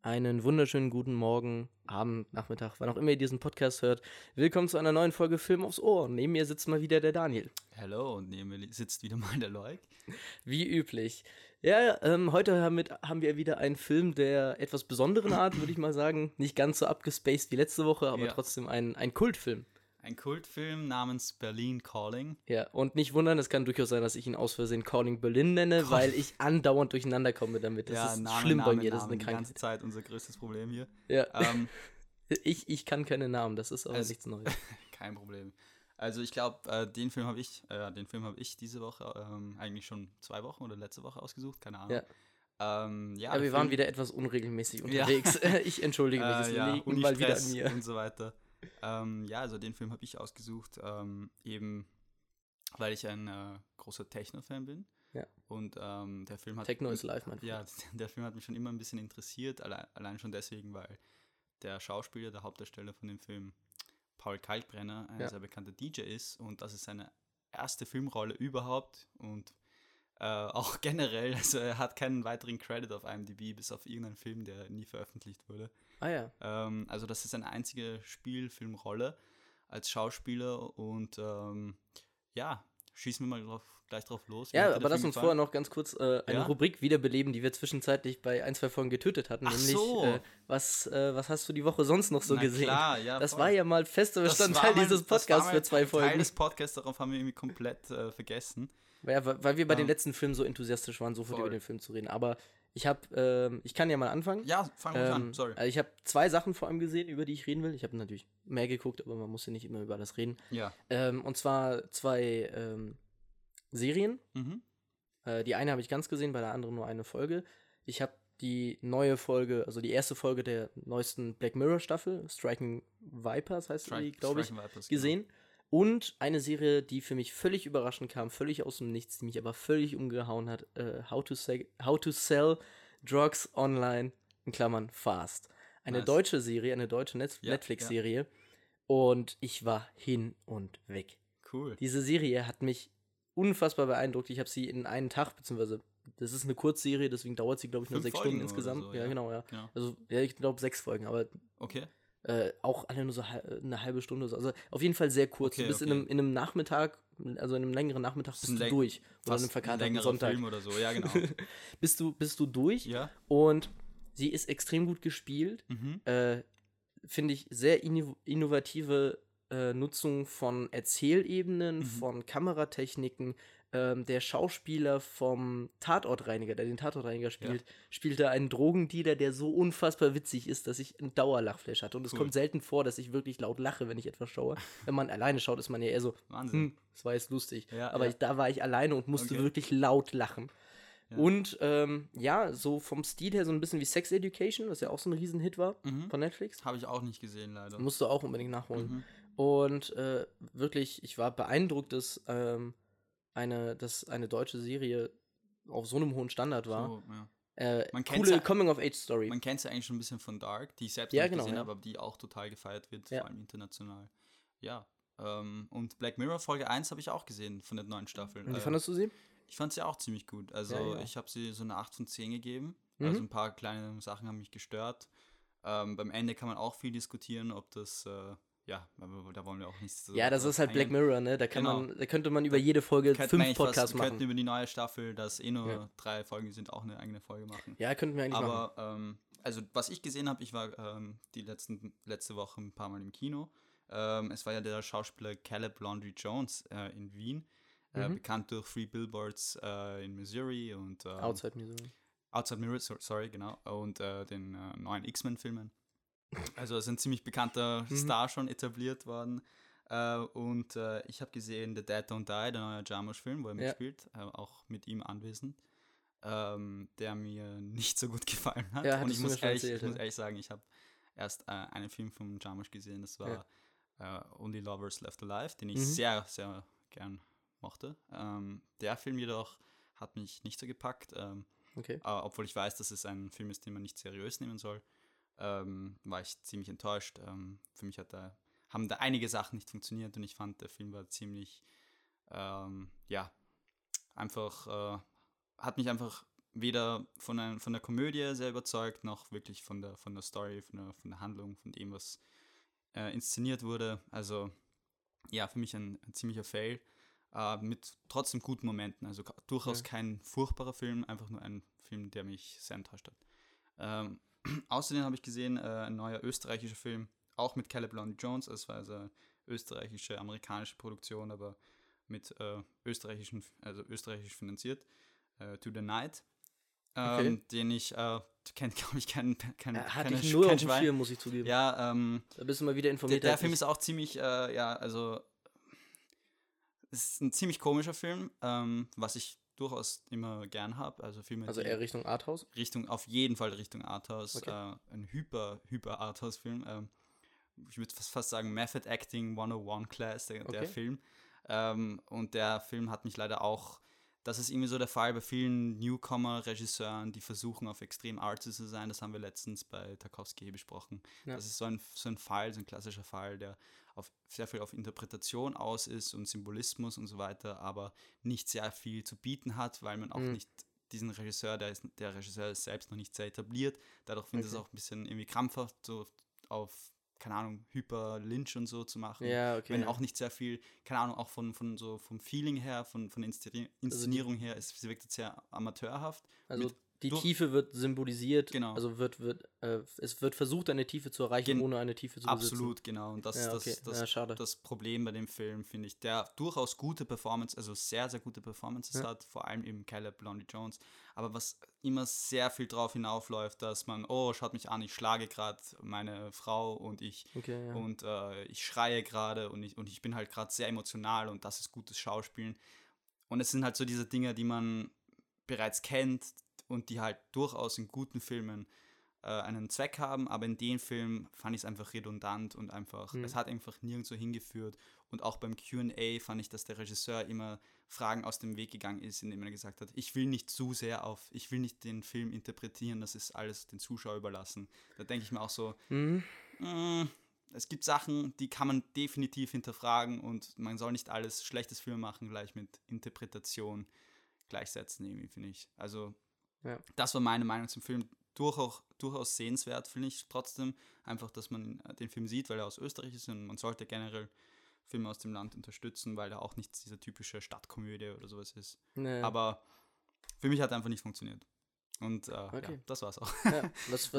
Einen wunderschönen guten Morgen, Abend, Nachmittag, wann auch immer ihr diesen Podcast hört. Willkommen zu einer neuen Folge Film aufs Ohr. Neben mir sitzt mal wieder der Daniel. Hallo, und neben mir sitzt wieder mal der Loik. Wie üblich. Ja, heute haben wir wieder einen Film der etwas besonderen Art, würde ich mal sagen. Nicht ganz so abgespaced wie letzte Woche, aber trotzdem ein Kultfilm. Ein Kultfilm namens Berlin Calling. Ja, und nicht wundern, es kann durchaus sein, dass ich ihn aus Versehen Calling Berlin nenne, weil ich andauernd durcheinander komme damit. Das ist schlimm bei mir, das ist eine Krankheit. Die ganze Zeit unser größtes Problem hier. Ja. Ich kann keine Namen, das ist aber nichts Neues. Kein Problem. Also ich glaube, den Film habe ich diese Woche, eigentlich schon 2 Wochen oder letzte Woche ausgesucht, keine Ahnung. Ja. Wir waren wieder etwas unregelmäßig unterwegs. Ja. Ich entschuldige mich, es liegt mal wieder an mir. Und so weiter. Also den Film habe ich ausgesucht, eben weil ich ein großer Techno-Fan bin. Ja. Und der Film hat... Techno is life, mein Freund. Ja, der Film hat mich schon immer ein bisschen interessiert, allein schon deswegen, weil der Schauspieler, der Hauptdarsteller von dem Film, Paul Kalkbrenner, ein sehr bekannter DJ ist, und das ist seine erste Filmrolle überhaupt und auch generell, also er hat keinen weiteren Credit auf IMDb, bis auf irgendeinen Film, der nie veröffentlicht wurde. Ah ja. Also das ist seine einzige Spielfilmrolle als Schauspieler und schießen wir mal gleich drauf los. Ja, aber lass uns vorher noch ganz kurz eine Rubrik wiederbeleben, die wir zwischenzeitlich bei 1, 2 Folgen getötet hatten. Was hast du die Woche sonst noch so gesehen? Klar, ja. Das war ja mal fester Bestandteil dieses Podcasts für 2 Folgen. Teil des Podcasts, darauf haben wir irgendwie komplett vergessen. Ja, weil wir bei den letzten Filmen so enthusiastisch waren, sofort über den Film zu reden. Aber ich kann ja mal anfangen. Ja, fang ruhig an, sorry. Ich habe 2 Sachen vor allem gesehen, über die ich reden will. Ich habe natürlich mehr geguckt, aber man muss ja nicht immer über alles reden. Ja. Und zwar 2 Serien. Mhm. Die eine habe ich ganz gesehen, bei der anderen nur eine Folge. Ich habe die neue Folge, also die erste Folge der neuesten Black Mirror Staffel, Striking Vipers heißt die, glaube ich, gesehen. Genau. Und eine Serie, die für mich völlig überraschend kam, völlig aus dem Nichts, die mich aber völlig umgehauen hat, How to Sell Drugs Online, in Klammern Fast. Eine deutsche Serie, eine deutsche Netflix-Serie. Ja. Und ich war hin und weg. Cool. Diese Serie hat mich unfassbar beeindruckt. Ich habe sie in einen Tag, beziehungsweise das ist eine Kurzserie, deswegen dauert sie, glaube ich, nur 6 Stunden insgesamt. So, ja, genau, ja. Also, ich glaube 6 Folgen, aber okay. Auch alle nur so eine halbe Stunde. Also auf jeden Fall sehr kurz. Du bist in einem Nachmittag, also in einem längeren Nachmittag bist du durch. Oder in einem verkaterten Sonntag. Film oder so, ja, genau. bist du durch. Ja. Und sie ist extrem gut gespielt. Mhm. Finde ich sehr innovative Nutzung von Erzählebenen, von Kameratechniken. Der Schauspieler vom Tatortreiniger, der den Tatortreiniger spielt, spielt da einen Drogendealer, der so unfassbar witzig ist, dass ich einen Dauerlachflash hatte. Und es kommt selten vor, dass ich wirklich laut lache, wenn ich etwas schaue. Wenn man alleine schaut, ist man ja eher so, das war jetzt lustig. Ja, aber da war ich alleine und musste wirklich laut lachen. Ja. Und so vom Stil her so ein bisschen wie Sex Education, was ja auch so ein Riesenhit war von Netflix. Habe ich auch nicht gesehen, leider. Musst du auch unbedingt nachholen. Und wirklich, ich war beeindruckt, dass eine deutsche Serie auf so einem hohen Standard war. So, ja. Coole Coming-of-Age-Story. Man kennt es ja eigentlich schon ein bisschen von Dark, die ich selbst nicht gesehen habe, aber die auch total gefeiert wird, vor allem international. Ja, und Black Mirror Folge 1 habe ich auch gesehen von der neuen Staffel. Und wie fandest du sie? Ich fand sie auch ziemlich gut. Also ich habe sie so eine 8 von 10 gegeben. Also ein paar kleine Sachen haben mich gestört. Beim Ende kann man auch viel diskutieren, ob das... aber da wollen wir auch nichts so. Ja, das ist halt Black Mirror, ne? Da könnte man über jede Folge 5 Podcasts machen. Wir könnten über die neue Staffel, dass nur 3 Folgen sind, auch eine eigene Folge machen. Ja, könnten wir eigentlich machen. Aber, also was ich gesehen habe, ich war die letzte Woche ein paar Mal im Kino. Es war ja der Schauspieler Caleb Landry Jones in Wien, bekannt durch 3 Billboards in Missouri und Outside Missouri. Outside Missouri, sorry, genau. Und den neuen X-Men-Filmen. Also es ist ein ziemlich bekannter Star schon etabliert worden. Und ich habe gesehen The Dead Don't Die, der neue Jarmusch-Film, wo er mitspielt, auch mit ihm anwesend, der mir nicht so gut gefallen hat. Ja, und ich muss ehrlich sagen, ich habe erst einen Film von Jarmusch gesehen, das war Only Lovers Left Alive, den ich sehr, sehr gern mochte. Der Film jedoch hat mich nicht so gepackt, obwohl ich weiß, dass es ein Film ist, den man nicht seriös nehmen soll. War ich ziemlich enttäuscht. Für mich haben da einige Sachen nicht funktioniert und ich fand, der Film war ziemlich, hat mich einfach weder von der Komödie sehr überzeugt, noch wirklich von der Story, von der Handlung, von dem, was inszeniert wurde. Also ja, für mich ein ziemlicher Fail, mit trotzdem guten Momenten. Also durchaus kein furchtbarer Film, einfach nur ein Film, der mich sehr enttäuscht hat. Außerdem habe ich gesehen, ein neuer österreichischer Film, auch mit Caleb Lonnie Jones. Es war also eine österreichische, amerikanische Produktion, aber mit österreichisch finanziert. To the Night. Den ich kennt, glaube ich, hatte ich nur auf dem Schirm, muss ich zugeben. Ja, da bist du mal wieder informiert. Der Film ist auch ziemlich, also es ist ein ziemlich komischer Film, was ich durchaus immer gern habe. Also eher Richtung Arthouse? Auf jeden Fall Richtung Arthouse. Okay. Ein hyper Arthouse-Film. Ich würde fast sagen Method Acting 101 Class, der Film. Und der Film hat mich leider auch, das ist irgendwie so der Fall bei vielen Newcomer-Regisseuren, die versuchen, auf extrem artsy zu sein. Das haben wir letztens bei Tarkovsky besprochen. Ja. Das ist so ein Fall, so ein klassischer Fall, der sehr viel auf Interpretation aus ist und Symbolismus und so weiter, aber nicht sehr viel zu bieten hat, weil man auch nicht diesen Regisseur, der Regisseur ist selbst noch nicht sehr etabliert. Dadurch finde ich es auch ein bisschen irgendwie krampfhaft, so auf, keine Ahnung, Hyper Lynch und so zu machen. Ja, okay. Wenn auch nicht sehr viel, keine Ahnung, auch vom Feeling her, von Inszenierung her, es wirkt sehr amateurhaft. Also die Tiefe wird symbolisiert, genau. Also es wird versucht, eine Tiefe zu erreichen, ohne eine Tiefe zu besitzen. Absolut, genau. Und das ist das Problem bei dem Film, finde ich, der durchaus gute Performance, also sehr, sehr gute Performances hat, vor allem eben Caleb Lonnie Jones, aber was immer sehr viel drauf hinaufläuft, dass man, schaut mich an, ich schlage gerade meine Frau und ich schreie gerade und ich bin halt gerade sehr emotional und das ist gutes Schauspielen. Und es sind halt so diese Dinge, die man bereits kennt, und die halt durchaus in guten Filmen einen Zweck haben, aber in den Filmen fand ich es einfach redundant und einfach, es hat einfach nirgendwo hingeführt. Und auch beim Q&A fand ich, dass der Regisseur immer Fragen aus dem Weg gegangen ist, indem er gesagt hat, ich will nicht den Film interpretieren, das ist alles den Zuschauer überlassen. Da denke ich mir auch so, es gibt Sachen, die kann man definitiv hinterfragen und man soll nicht alles schlechtes Film machen, gleich mit Interpretation gleichsetzen, irgendwie, finde ich. Also das war meine Meinung zum Film. Durchaus sehenswert, finde ich trotzdem. Einfach, dass man den Film sieht, weil er aus Österreich ist und man sollte generell Filme aus dem Land unterstützen, weil er auch nicht diese typische Stadtkomödie oder sowas ist. Nee. Aber für mich hat er einfach nicht funktioniert. Und das war's auch. Ja,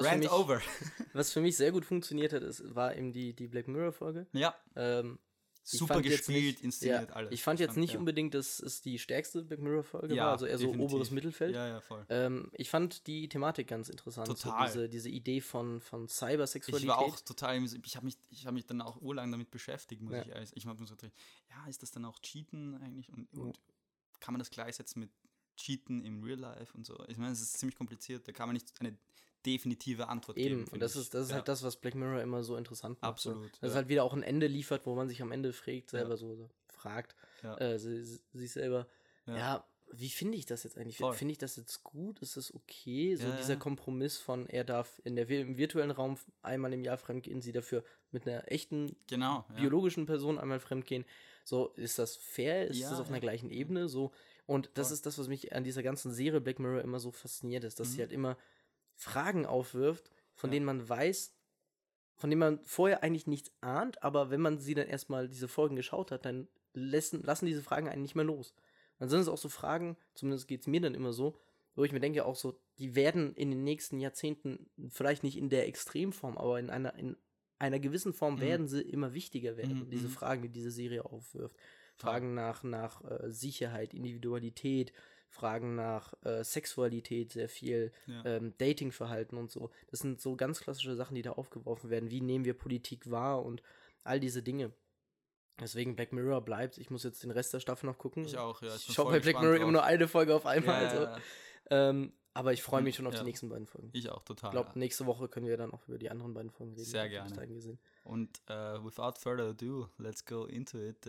was für mich sehr gut funktioniert hat, war eben die Black Mirror-Folge. Ja. Super gespielt, inszeniert, alles. Ich fand jetzt nicht unbedingt, dass es die stärkste Black Mirror-Folge war, also eher definitiv. So oberes Mittelfeld. Ja, voll. Ich fand die Thematik ganz interessant. Total. So diese Idee von Cybersexualität. Ich war auch total, ich hab mich dann auch urlang damit beschäftigt, ich habe mir so gedacht, ist das dann auch Cheaten eigentlich? Und kann man das gleichsetzen mit Cheaten im Real Life und so? Ich meine, es ist ziemlich kompliziert, da kann man nicht eine definitive Antwort geben. Und das ist halt das, was Black Mirror immer so interessant macht. Absolut. So. Dass es halt wieder auch ein Ende liefert, wo man sich am Ende fragt, sich selber, wie finde ich das jetzt eigentlich? Finde ich das jetzt gut? Ist das okay? So dieser Kompromiss von, er darf im virtuellen Raum einmal im Jahr fremdgehen, sie dafür mit einer echten biologischen Person einmal fremdgehen. So, ist das fair? Ist das auf einer gleichen Ebene? So. Und das ist das, was mich an dieser ganzen Serie Black Mirror immer so fasziniert ist, dass sie halt immer Fragen aufwirft, von denen man weiß, von denen man vorher eigentlich nichts ahnt, aber wenn man sie dann erstmal diese Folgen geschaut hat, dann lassen diese Fragen einen nicht mehr los. Dann sind es auch so Fragen, zumindest geht es mir dann immer so, wo ich mir denke auch so, die werden in den nächsten Jahrzehnten, vielleicht nicht in der Extremform, aber in einer gewissen Form werden sie immer wichtiger werden, diese Fragen, die diese Serie aufwirft. Fragen nach Sicherheit, Individualität, Fragen nach Sexualität sehr viel, Datingverhalten und so. Das sind so ganz klassische Sachen, die da aufgeworfen werden. Wie nehmen wir Politik wahr und all diese Dinge. Deswegen Black Mirror bleibt. Ich muss jetzt den Rest der Staffel noch gucken. Ich auch, ja. Ich schaue bei Black Mirror immer nur eine Folge auf einmal. Aber ich freue mich schon auf die nächsten beiden Folgen. Ich auch, total. Ich glaube, nächste Woche können wir dann auch über die anderen beiden Folgen reden. Sehr gerne. Und without further ado, let's go into it.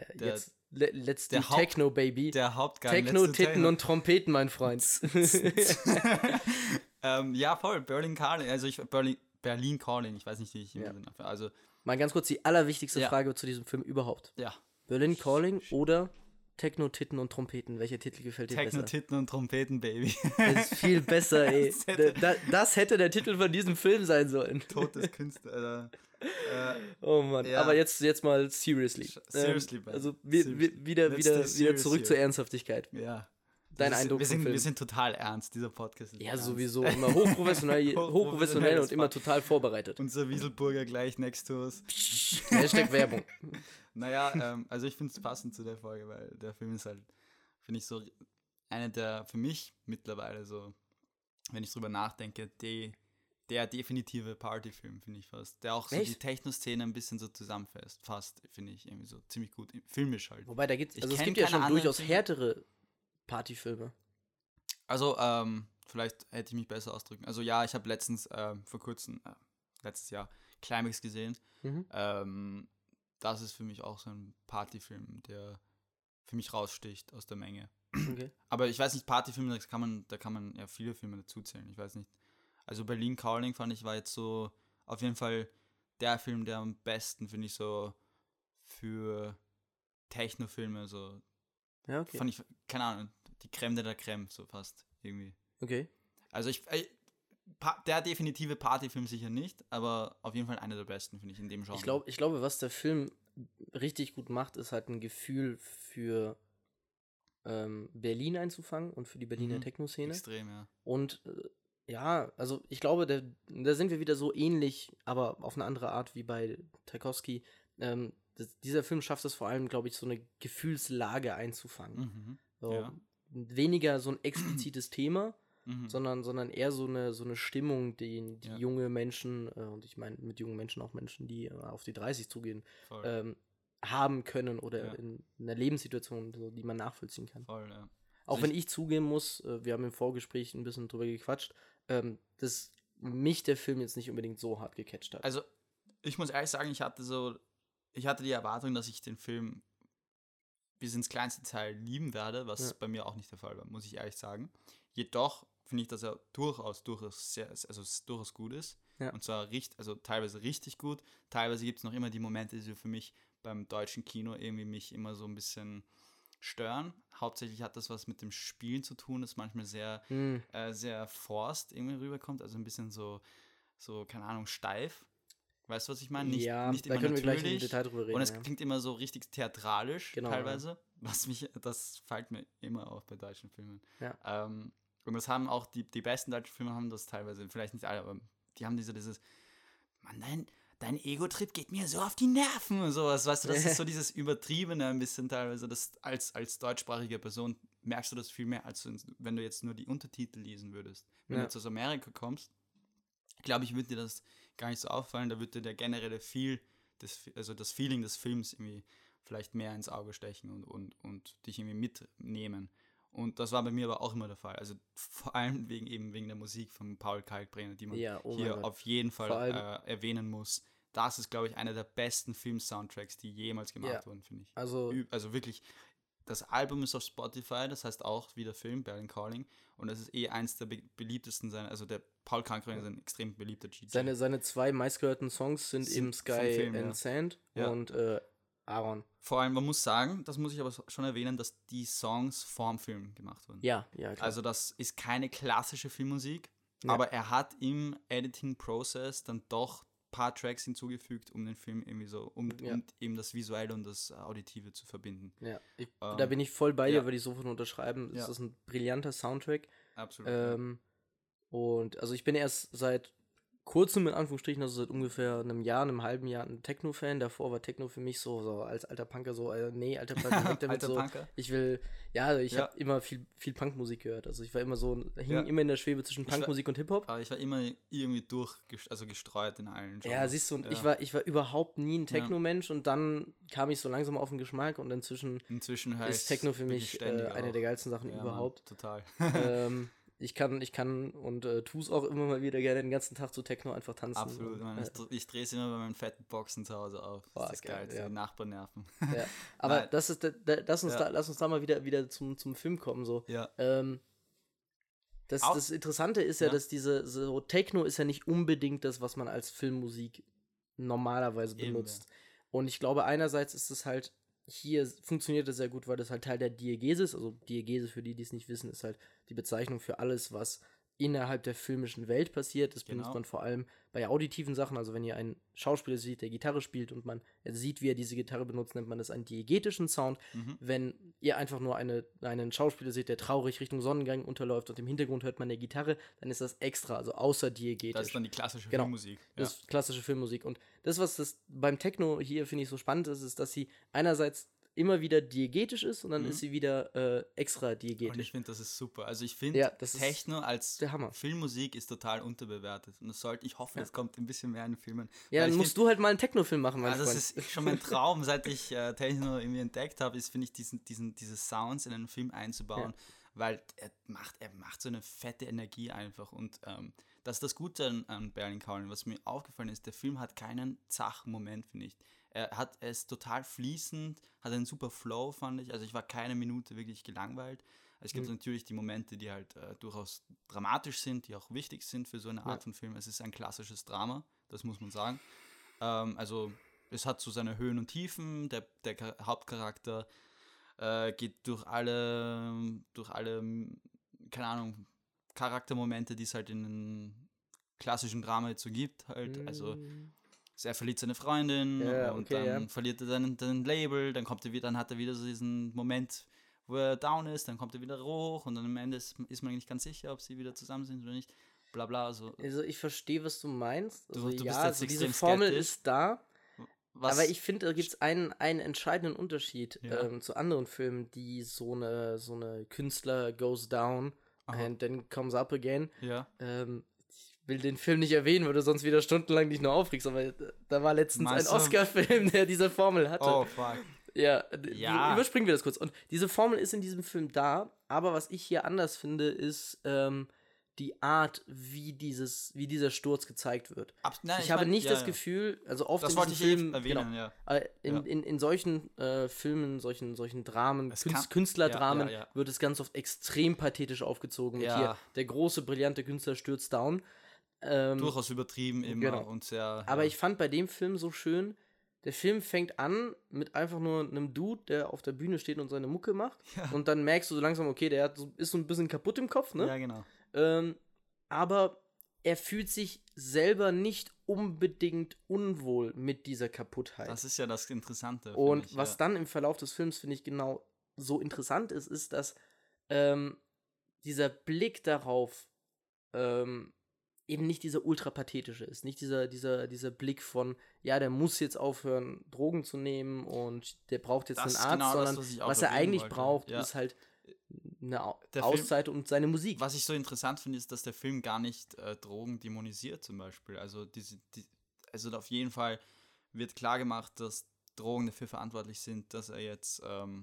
Let's do Techno, baby. Der Hauptgang. Techno, Titten und Trompeten, mein Freund. Voll. Berlin Calling. Ich weiß nicht, wie ich ihn nenne. Also mal ganz kurz die allerwichtigste Frage zu diesem Film überhaupt. Ja. Berlin Calling oder Techno, Titten und Trompeten. Welcher Titel gefällt dir besser? Techno, Titten und Trompeten, Baby. Das ist viel besser, ey. Das hätte der Titel von diesem Film sein sollen. Totes Künstler. Oh Mann, ja. Aber jetzt mal seriously. Seriously, also wieder zurück zur Ernsthaftigkeit. Ja. Dein Eindruck vom Film. Wir sind total ernst, dieser Podcast ist ernst. Sowieso, immer hochprofessionell und immer total vorbereitet. Unser Wieselburger gleich next to us. Hashtag Werbung. Naja, also ich finde es passend zu der Folge, weil der Film ist halt, finde ich, so eine der, für mich mittlerweile so, wenn ich drüber nachdenke, der definitive Partyfilm, finde ich fast. Der auch so die Techno-Szene ein bisschen so zusammenfasst, finde ich irgendwie so ziemlich gut. Filmisch halt. Wobei, es gibt ja schon durchaus härtere Partyfilme. Also, vielleicht hätte ich mich besser ausdrücken. Also ja, ich habe letztens, letztes Jahr, Climax gesehen. Das ist für mich auch so ein Partyfilm, der für mich raussticht aus der Menge. Okay. Aber ich weiß nicht, Partyfilme, da kann man ja viele Filme dazu zählen. Ich weiß nicht. Also Berlin Calling fand ich war jetzt so auf jeden Fall der Film, der am besten, finde ich, so für Techno-Filme so. Ja, okay. Fand ich, keine Ahnung, die Creme de la Creme, so fast irgendwie. Okay. Also der definitive Partyfilm sicher nicht, aber auf jeden Fall einer der besten, finde ich, in dem Genre. Ich glaube, was der Film richtig gut macht, ist halt ein Gefühl für Berlin einzufangen und für die Berliner Techno-Szene. Extrem, ja. Und also ich glaube, da sind wir wieder so ähnlich, aber auf eine andere Art wie bei Tarkovsky. Dieser Film schafft es vor allem, glaube ich, so eine Gefühlslage einzufangen. So, ja. Weniger so ein explizites Thema, sondern eher so eine Stimmung, die junge Menschen, und ich meine mit jungen Menschen auch Menschen, die auf die 30 zugehen, haben können oder in einer Lebenssituation, so, die man nachvollziehen kann. Voll, ja. Auch wenn ich zugeben muss, wir haben im Vorgespräch ein bisschen drüber gequatscht, dass mich der Film jetzt nicht unbedingt so hart gecatcht hat. Also, ich muss ehrlich sagen, ich hatte die Erwartung, dass ich den Film bis ins kleinste Teil lieben werde, was bei mir auch nicht der Fall war, muss ich ehrlich sagen. Jedoch finde ich, dass er durchaus gut ist. Ja. Und zwar teilweise richtig gut. Teilweise gibt es noch immer die Momente, die für mich beim deutschen Kino irgendwie mich immer so ein bisschen stören. Hauptsächlich hat das was mit dem Spielen zu tun, das manchmal sehr, sehr forced irgendwie rüberkommt, also ein bisschen so, keine Ahnung, steif. Weißt du, was ich meine? Nicht da immer können wir gleich im Detail drüber reden. Und es klingt immer so richtig theatralisch, teilweise. Ja. Das fällt mir immer auf bei deutschen Filmen. Ja. Und das haben auch die besten deutschen Filme haben das teilweise, vielleicht nicht alle, aber die haben dieses, Mann, dein Ego-Trip geht mir so auf die Nerven und sowas, weißt du, das ist so dieses Übertriebene ein bisschen teilweise, das als deutschsprachige Person merkst du das viel mehr, als wenn du jetzt nur die Untertitel lesen würdest. Wenn du jetzt aus Amerika kommst, glaube ich, würde dir das gar nicht so auffallen, da würde dir der generelle das Feeling des Films irgendwie vielleicht mehr ins Auge stechen und dich irgendwie mitnehmen. Und das war bei mir aber auch immer der Fall. Also vor allem wegen der Musik von Paul Kalkbrenner, die man hier auf jeden Fall erwähnen muss. Das ist, glaube ich, einer der besten Film-Soundtracks, die jemals gemacht wurden, finde ich. Also wirklich, das Album ist auf Spotify, das heißt auch wie der Film, Berlin Calling. Und das ist eins der beliebtesten seiner, also der Paul Kalkbrenner ist ein extrem beliebter DJ. Seine zwei meistgehörten Songs sind eben Sky Film, and Sand und Aaron. Vor allem, man muss sagen, das muss ich aber schon erwähnen, dass die Songs vorm Film gemacht wurden. Ja, klar. Also das ist keine klassische Filmmusik, aber er hat im Editing-Prozess dann doch ein paar Tracks hinzugefügt, um den Film irgendwie so, um eben das Visuelle und das Auditive zu verbinden. Ja, da bin ich voll bei dir, würde ich sofort unterschreiben. Das ist ein brillanter Soundtrack. Absolut. Und also ich bin erst seit kurzem, in Anführungsstrichen, also seit ungefähr einem halben Jahr ein Techno-Fan. Davor war Techno für mich so als alter Punker so, alter Punker, weg damit. Punker? Ich habe immer viel Punkmusik gehört. Also ich war immer hing immer in der Schwebe zwischen Punkmusik und Hip-Hop. Aber ich war immer irgendwie gestreut in allen Genres. Ja, siehst du, und ich war überhaupt nie ein Techno-Mensch und dann kam ich so langsam auf den Geschmack und inzwischen ist Techno für mich eine der geilsten Sachen überhaupt. Total. Ich kann und tue es auch immer mal wieder gerne den ganzen Tag zu Techno einfach tanzen. Absolut, ich drehe es immer bei meinen fetten Boxen zu Hause auf. Das ist geil, die Nachbarn nerven. Ja. Aber lass uns da mal wieder zum Film kommen. So. Ja. Das Interessante ist ja, dass Techno ist ja nicht unbedingt das, was man als Filmmusik normalerweise benutzt. Und ich glaube, einerseits ist es halt hier funktioniert das sehr gut, weil das halt Teil der Diegese ist. Also Diegese, für die es nicht wissen, ist halt die Bezeichnung für alles, was innerhalb der filmischen Welt passiert. Das benutzt man vor allem bei auditiven Sachen. Also wenn ihr einen Schauspieler sieht, der Gitarre spielt und man sieht, wie er diese Gitarre benutzt, nennt man das einen diegetischen Sound. Wenn ihr einfach nur einen Schauspieler seht, der traurig Richtung Sonnengang unterläuft und im Hintergrund hört man eine Gitarre, dann ist das extra, also außer diegetisch. Das ist dann die klassische Filmmusik. Das ist klassische Filmmusik. Und das, was das beim Techno hier, finde ich, so spannend ist, dass sie einerseits immer wieder diegetisch ist und dann ist sie wieder extra diegetisch. Und ich finde, das ist super. Also ich finde, Techno als Hammer. Filmmusik ist total unterbewertet. Und ich hoffe, es kommt ein bisschen mehr in Filmen. Ja, dann musst du halt mal einen Techno-Film machen, mein Freund. Das ist schon mein Traum, seit ich Techno irgendwie entdeckt habe, ist, finde ich, diese Sounds in einen Film einzubauen, weil er macht so eine fette Energie einfach. Und das ist das Gute an Berlin Calling. Was mir aufgefallen ist, der Film hat keinen zachen Moment, finde ich. Er ist total fließend, hat einen super Flow, fand ich. Also ich war keine Minute wirklich gelangweilt. Also es gibt natürlich die Momente, die halt durchaus dramatisch sind, die auch wichtig sind für so eine Art von Film. Es ist ein klassisches Drama, das muss man sagen. Also es hat so seine Höhen und Tiefen. Der Hauptcharakter geht durch alle, keine Ahnung, Charaktermomente, die es halt in einem klassischen Drama jetzt so gibt. Halt. Also er verliert seine Freundin und dann verliert er sein Label, dann hat er wieder so diesen Moment, wo er down ist, dann kommt er wieder hoch und dann am Ende ist man nicht ganz sicher, ob sie wieder zusammen sind oder nicht. Blabla. Also ich verstehe, was du meinst. Also du bist jetzt diese Formel ist da, aber ich finde, da gibt es einen entscheidenden Unterschied zu anderen Filmen, die so eine Künstler goes down and then comes up again. Ja. Will den Film nicht erwähnen, weil du sonst wieder stundenlang dich nur aufregst, aber da war letztens ein Oscar-Film, der diese Formel hatte. Oh, fuck. Ja. Überspringen wir das kurz. Und diese Formel ist in diesem Film da, aber was ich hier anders finde, ist die Art, wie dieser Sturz gezeigt wird. Ich habe nicht das Gefühl, also oft das in wollte diesen Filmen, erwähnen, in solchen Filmen, solchen Dramen, Künstlerdramen, wird es ganz oft extrem pathetisch aufgezogen. Und hier, der große, brillante Künstler stürzt down. Durchaus übertrieben immer und sehr. Aber ich fand bei dem Film so schön, der Film fängt an mit einfach nur einem Dude, der auf der Bühne steht und seine Mucke macht. Ja. Und dann merkst du so langsam, okay, ist so ein bisschen kaputt im Kopf, ne? Ja, genau. Aber er fühlt sich selber nicht unbedingt unwohl mit dieser Kaputtheit. Das ist ja das Interessante. Und was dann im Verlauf des Films, finde ich, genau so interessant ist, dass dieser Blick darauf eben nicht dieser ultrapathetische ist, nicht dieser Blick von, der muss jetzt aufhören, Drogen zu nehmen und der braucht jetzt einen Arzt, genau sondern was er eigentlich braucht, ist halt eine Auszeit und seine Musik. Was ich so interessant finde, ist, dass der Film gar nicht Drogen dämonisiert zum Beispiel. Also also auf jeden Fall wird klar gemacht, dass Drogen dafür verantwortlich sind, dass er jetzt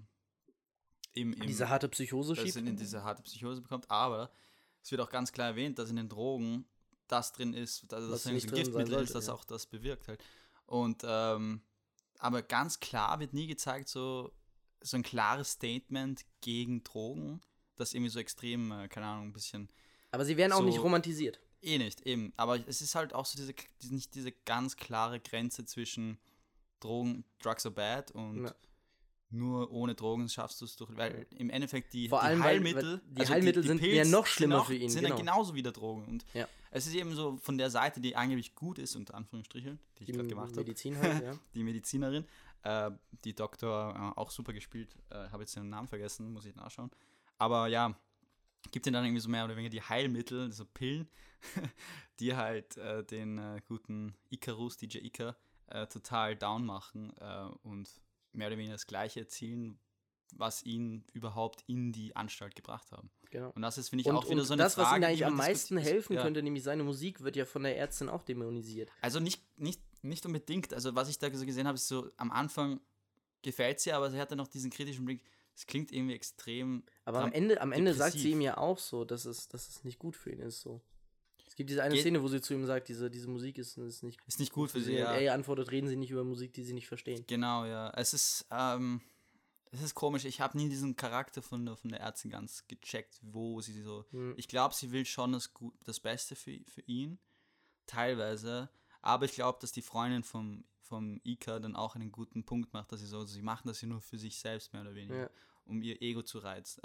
diese harte Psychose schiebt. In diese harte Psychose bekommt, aber es wird auch ganz klar erwähnt, dass in den Drogen das drin ist, dass es ein Giftmittel ist, das auch das bewirkt halt. Und aber ganz klar wird nie gezeigt, so ein klares Statement gegen Drogen, das irgendwie so extrem, keine Ahnung, ein bisschen. Aber sie werden auch nicht romantisiert. Nicht, eben. Aber es ist halt auch so diese ganz klare Grenze zwischen Drugs are bad und nur ohne Drogen schaffst du es durch, weil im Endeffekt die Heilmittel, die Heilmittel sind ja noch schlimmer für ihn. Sind ja genauso wie der Drogen. Und es ist eben so von der Seite, die angeblich gut ist, unter Anführungsstrichen, die ich gerade gemacht habe. Medizin halt, ja. Die Medizinerin, die Doktor, auch super gespielt, habe jetzt den Namen vergessen, muss ich nachschauen. Aber ja, gibt ihnen dann irgendwie so mehr oder weniger die Heilmittel, so Pillen, die halt den guten Icarus, DJ Icar, total down machen und mehr oder weniger das Gleiche erzielen, was ihn überhaupt in die Anstalt gebracht haben. Genau. Und das ist, finde ich, auch wieder so eine das, Frage, was ihm eigentlich am meisten helfen könnte, nämlich seine Musik, wird ja von der Ärztin auch dämonisiert. Also nicht unbedingt. Also was ich da so gesehen habe, ist so, am Anfang gefällt sie, aber sie hat dann noch diesen kritischen Blick, es klingt irgendwie extrem. Aber am Ende sagt sie ihm ja auch so, dass es nicht gut für ihn ist. So. Es gibt diese eine Szene, wo sie zu ihm sagt, diese Musik ist nicht gut für sie. Und er antwortet, reden Sie nicht über Musik, die Sie nicht verstehen. Genau, ja. Es ist komisch. Ich habe nie diesen Charakter von der Ärztin ganz gecheckt, wo sie so. Ich glaube, sie will schon das Beste für ihn, teilweise. Aber ich glaube, dass die Freundin vom Ika dann auch einen guten Punkt macht, dass sie machen das ja nur für sich selbst, mehr oder weniger, um ihr Ego zu reizen,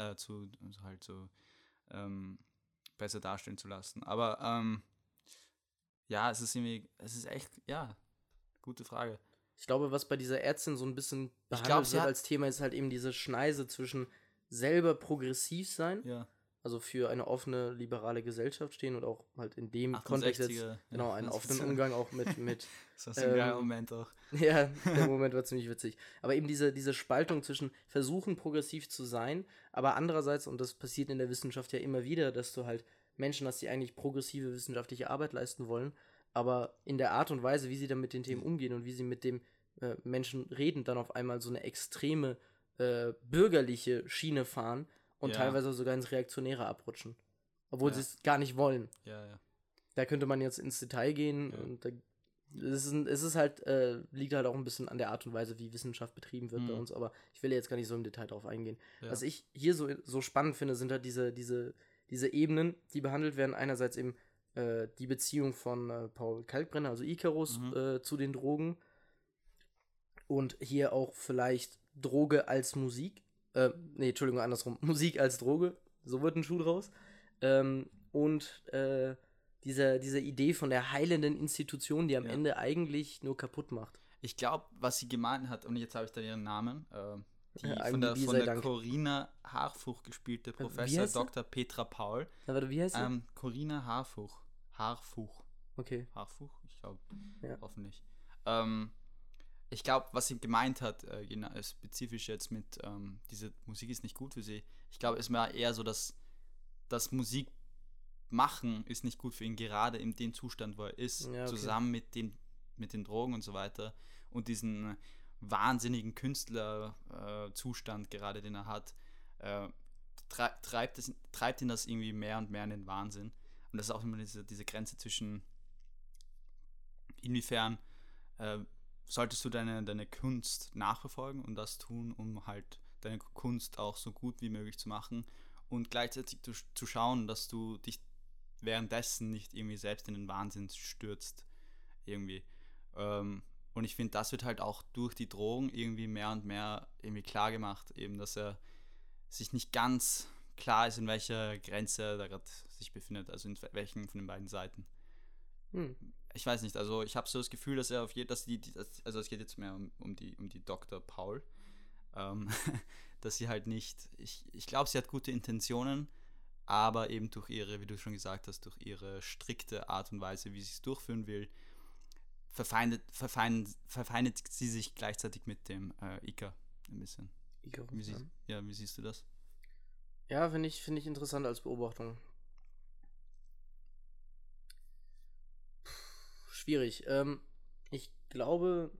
besser darstellen zu lassen. Aber ja, es ist echt, ja, gute Frage. Ich glaube, was bei dieser Ärztin so ein bisschen behandelt wird als Thema, ist halt eben diese Schneise zwischen selber progressiv sein, also für eine offene, liberale Gesellschaft stehen und auch halt in dem Kontext jetzt, einen offenen Umgang auch mit das ist ein geiler Moment auch. Ja, der Moment war ziemlich witzig. Aber eben diese Spaltung zwischen versuchen, progressiv zu sein, aber andererseits, und das passiert in der Wissenschaft ja immer wieder, dass du halt Menschen hast, die eigentlich progressive wissenschaftliche Arbeit leisten wollen, aber in der Art und Weise, wie sie dann mit den Themen umgehen und wie sie mit dem Menschen reden, dann auf einmal so eine extreme bürgerliche Schiene fahren und teilweise sogar ins Reaktionäre abrutschen. Obwohl sie es gar nicht wollen. Ja. Da könnte man jetzt ins Detail gehen und es ist halt, liegt halt auch ein bisschen an der Art und Weise, wie Wissenschaft betrieben wird bei uns, aber ich will jetzt gar nicht so im Detail drauf eingehen. Ja. Was ich hier so spannend finde, sind halt diese Ebenen, die behandelt werden. Einerseits eben die Beziehung von Paul Kalkbrenner, also Icarus, zu den Drogen. Und hier auch vielleicht Droge als Musik. Andersrum. Musik als Droge. So wird ein Schuh draus. Und diese Idee von der heilenden Institution, die am Ende eigentlich nur kaputt macht. Ich glaube, was sie gemeint hat, und jetzt habe ich da ihren Namen, die von der Corinna Harfuch gespielte Professor Dr. Petra Paul. Aber wie heißt sie? Corinna Harfuch. Okay. Harfuch? Ich glaube, hoffentlich. Ich glaube, was sie gemeint hat, spezifisch jetzt mit, diese Musik ist nicht gut für sie. Ich glaube, es war eher so, dass das Musik machen ist nicht gut für ihn, gerade in dem Zustand, wo er ist, zusammen mit den Drogen und so weiter und diesen wahnsinnigen Künstlerzustand gerade, den er hat, treibt ihn das irgendwie mehr und mehr in den Wahnsinn. Und das ist auch immer diese Grenze zwischen inwiefern solltest du deine Kunst nachverfolgen und das tun, um halt deine Kunst auch so gut wie möglich zu machen und gleichzeitig zu schauen, dass du dich währenddessen nicht irgendwie selbst in den Wahnsinn stürzt irgendwie. Und ich finde, das wird halt auch durch die Drogen irgendwie mehr und mehr irgendwie klar gemacht, eben, dass er sich nicht ganz klar ist, in welcher Grenze er da gerade sich befindet, also in welchen von den beiden Seiten. Ich weiß nicht, also ich habe so das Gefühl, dass er also es geht jetzt mehr um die Dr. Paul, dass sie halt nicht, ich glaube, sie hat gute Intentionen, aber eben durch ihre, wie du schon gesagt hast, durch ihre strikte Art und Weise, wie sie es durchführen will, verfeindet sie sich gleichzeitig mit dem Ika ein bisschen. Wie siehst du das? Ja, finde ich interessant als Beobachtung. Schwierig. Ich glaube,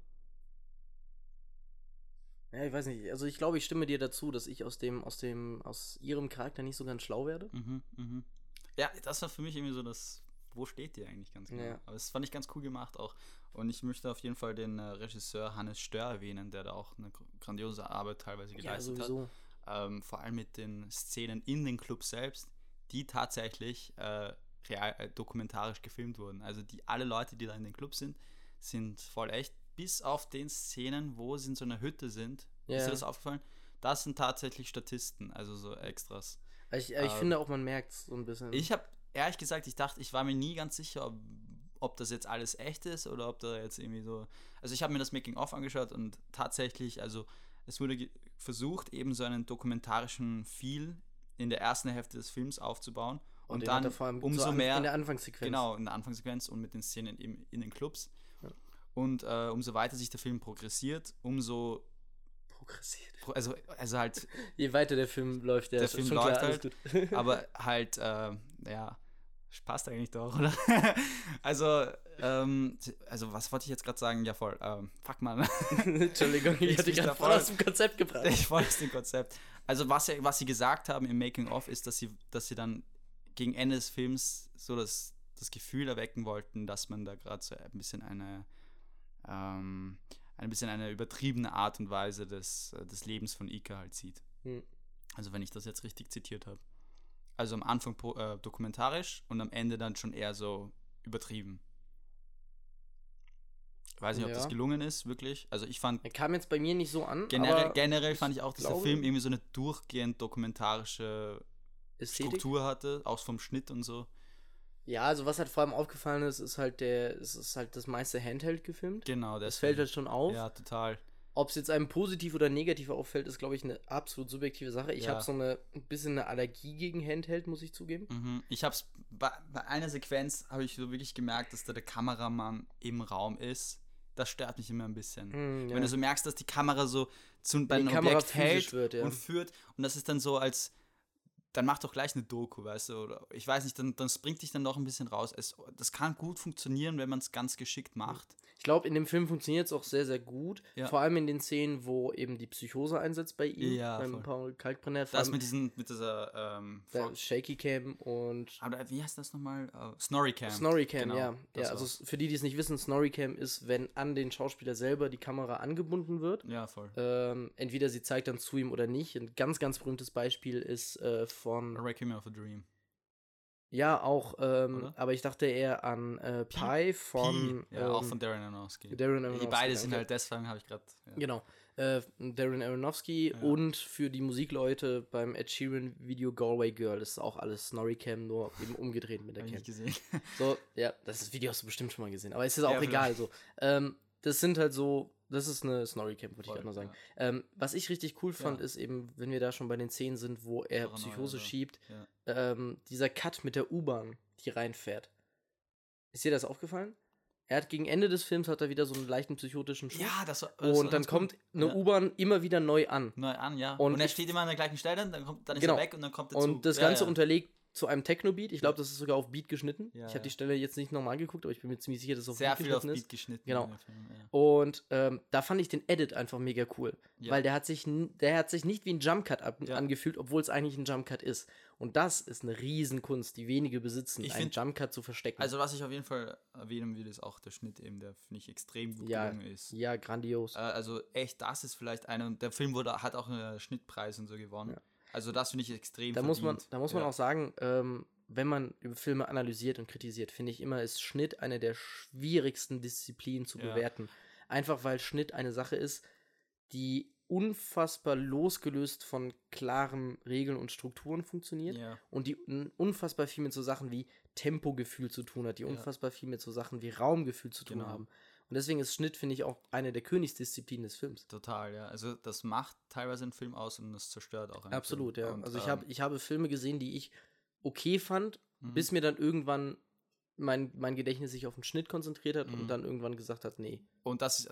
ja, ich weiß nicht, also ich glaube, ich stimme dir dazu, dass ich aus ihrem Charakter nicht so ganz schlau werde. Ja, das war für mich irgendwie so das, wo steht die eigentlich ganz genau? Ja. Aber das fand ich ganz cool gemacht auch. Und ich möchte auf jeden Fall den Regisseur Hannes Stör erwähnen, der da auch eine grandiose Arbeit teilweise geleistet hat. Vor allem mit den Szenen in den Club selbst, die tatsächlich dokumentarisch gefilmt wurden. Also alle Leute, die da in den Club sind voll echt. Bis auf den Szenen, wo sie in so einer Hütte sind. Ist dir das aufgefallen? Das sind tatsächlich Statisten, also so Extras. Ich finde auch, man merkt es so ein bisschen. Ich habe, ehrlich gesagt, ich war mir nie ganz sicher, ob das jetzt alles echt ist oder ob da jetzt irgendwie so... Also ich habe mir das Making-of angeschaut und tatsächlich, also es wurde versucht, eben so einen dokumentarischen Feel in der ersten Hälfte des Films aufzubauen. Und dann vor allem umso mehr... In der Anfangssequenz. Genau, in der Anfangssequenz und mit den Szenen eben in den Clubs. Ja. Und umso weiter sich der Film progressiert, umso... Also halt... Je weiter der Film läuft, der Film läuft klar, halt, gut. Aber halt, passt eigentlich doch, oder? also was wollte ich jetzt gerade sagen? Ja, voll, fuck man. Entschuldigung, ich hatte dich gerade voll aus dem Konzept gebracht. Ich voll aus dem Konzept. Also was sie gesagt haben im Making-of ist, dass sie dann gegen Ende des Films so das Gefühl erwecken wollten, dass man da gerade so ein bisschen eine übertriebene Art und Weise des Lebens von Ika halt sieht. Also wenn ich das jetzt richtig zitiert habe. Also am Anfang dokumentarisch und am Ende dann schon eher so übertrieben. weiß nicht, ob das gelungen ist, wirklich. Also ich fand... Er kam jetzt bei mir nicht so an, generell fand ich auch, dass der Film irgendwie so eine durchgehend dokumentarische Ästhetik. Struktur hatte, auch vom Schnitt und so. Ja, also was halt vor allem aufgefallen ist, ist halt das meiste Handheld gefilmt. Genau, das fällt halt schon auf. Ja, total. Ob es jetzt einem positiv oder negativ auffällt, ist, glaube ich, eine absolut subjektive Sache. Ich habe so ein bisschen eine Allergie gegen Handheld, muss ich zugeben. Ich habe es bei einer Sequenz habe ich so wirklich gemerkt, dass da der Kameramann im Raum ist. Das stört mich immer ein bisschen. Wenn du so merkst, dass die Kamera so bei einem Objekt hält und führt und das ist dann so dann mach doch gleich eine Doku, weißt du, oder ich weiß nicht, dann bringt dich dann noch ein bisschen raus. Das kann gut funktionieren, wenn man es ganz geschickt macht. Ich glaube, in dem Film funktioniert es auch sehr, sehr gut. Ja. Vor allem in den Szenen, wo eben die Psychose einsetzt bei ihm, beim Paul Kalkbrenner. Das mit dieser Shaky Cam und... Aber wie heißt das nochmal? Snorri Cam. Snorri Cam, genau, ja. Also für die es nicht wissen, Snorri Cam ist, wenn an den Schauspieler selber die Kamera angebunden wird. Ja, voll. Entweder sie zeigt dann zu ihm oder nicht. Ein ganz, ganz berühmtes Beispiel ist von... A Requiem of a Dream. Ja, auch, aber ich dachte eher an Pi von... Ja, auch von Darren Aronofsky. Die beide sind halt, deswegen habe ich gerade... Ja. Genau, Darren Aronofsky und für die Musikleute beim Ed Sheeran Video Galway Girl, das ist auch alles Snorri Cam, nur eben umgedreht mit der Cam. Hab ich gesehen. So, ja, das Video hast du bestimmt schon mal gesehen, aber es ist auch egal, so. Das sind halt so... Das ist eine Snorri-Cam, würde ich gerade mal sagen. Ja. Was ich richtig cool fand, ist eben, wenn wir da schon bei den Szenen sind, wo er Psychose schiebt, dieser Cut mit der U-Bahn, die reinfährt. Ist dir das aufgefallen? Gegen Ende des Films hat er wieder so einen leichten psychotischen Schub. Ja, das und dann kommt eine U-Bahn immer wieder neu an. Ja. Und er steht immer an der gleichen Stelle, dann ist er weg und dann kommt der Zug. Und das Ganze unterlegt zu einem Techno-Beat. Ich glaube, das ist sogar auf Beat geschnitten. Ja, ich habe die Stelle jetzt nicht nochmal geguckt, aber ich bin mir ziemlich sicher, dass es auf Beat geschnitten ist. Sehr viel auf Beat geschnitten. Genau. Und da fand ich den Edit einfach mega cool. Ja. Weil der hat sich nicht wie ein Jump-Cut angefühlt, obwohl es eigentlich ein Jump-Cut ist. Und das ist eine Riesenkunst, die wenige besitzen, einen Jump-Cut zu verstecken. Also was ich auf jeden Fall erwähnen will, ist auch der Schnitt eben, der, finde ich, extrem gut gelungen ist. Ja, grandios. Also echt, das ist vielleicht und der Film hat auch einen Schnittpreis und so gewonnen. Ja. Also das finde ich extrem Da muss man auch sagen, wenn man über Filme analysiert und kritisiert, finde ich immer, ist Schnitt eine der schwierigsten Disziplinen zu bewerten. Einfach weil Schnitt eine Sache ist, die unfassbar losgelöst von klaren Regeln und Strukturen funktioniert und die unfassbar viel mit so Sachen wie Tempogefühl zu tun hat, die unfassbar viel mit so Sachen wie Raumgefühl zu tun haben. Und deswegen ist Schnitt, finde ich, auch eine der Königsdisziplinen des Films. Total, ja. Also das macht teilweise einen Film aus und das zerstört auch einen Absolut, Film. Ja. Und, also ich habe Filme gesehen, die ich okay fand, bis mir dann irgendwann mein Gedächtnis sich auf den Schnitt konzentriert hat und dann irgendwann gesagt hat, nee. Und das ist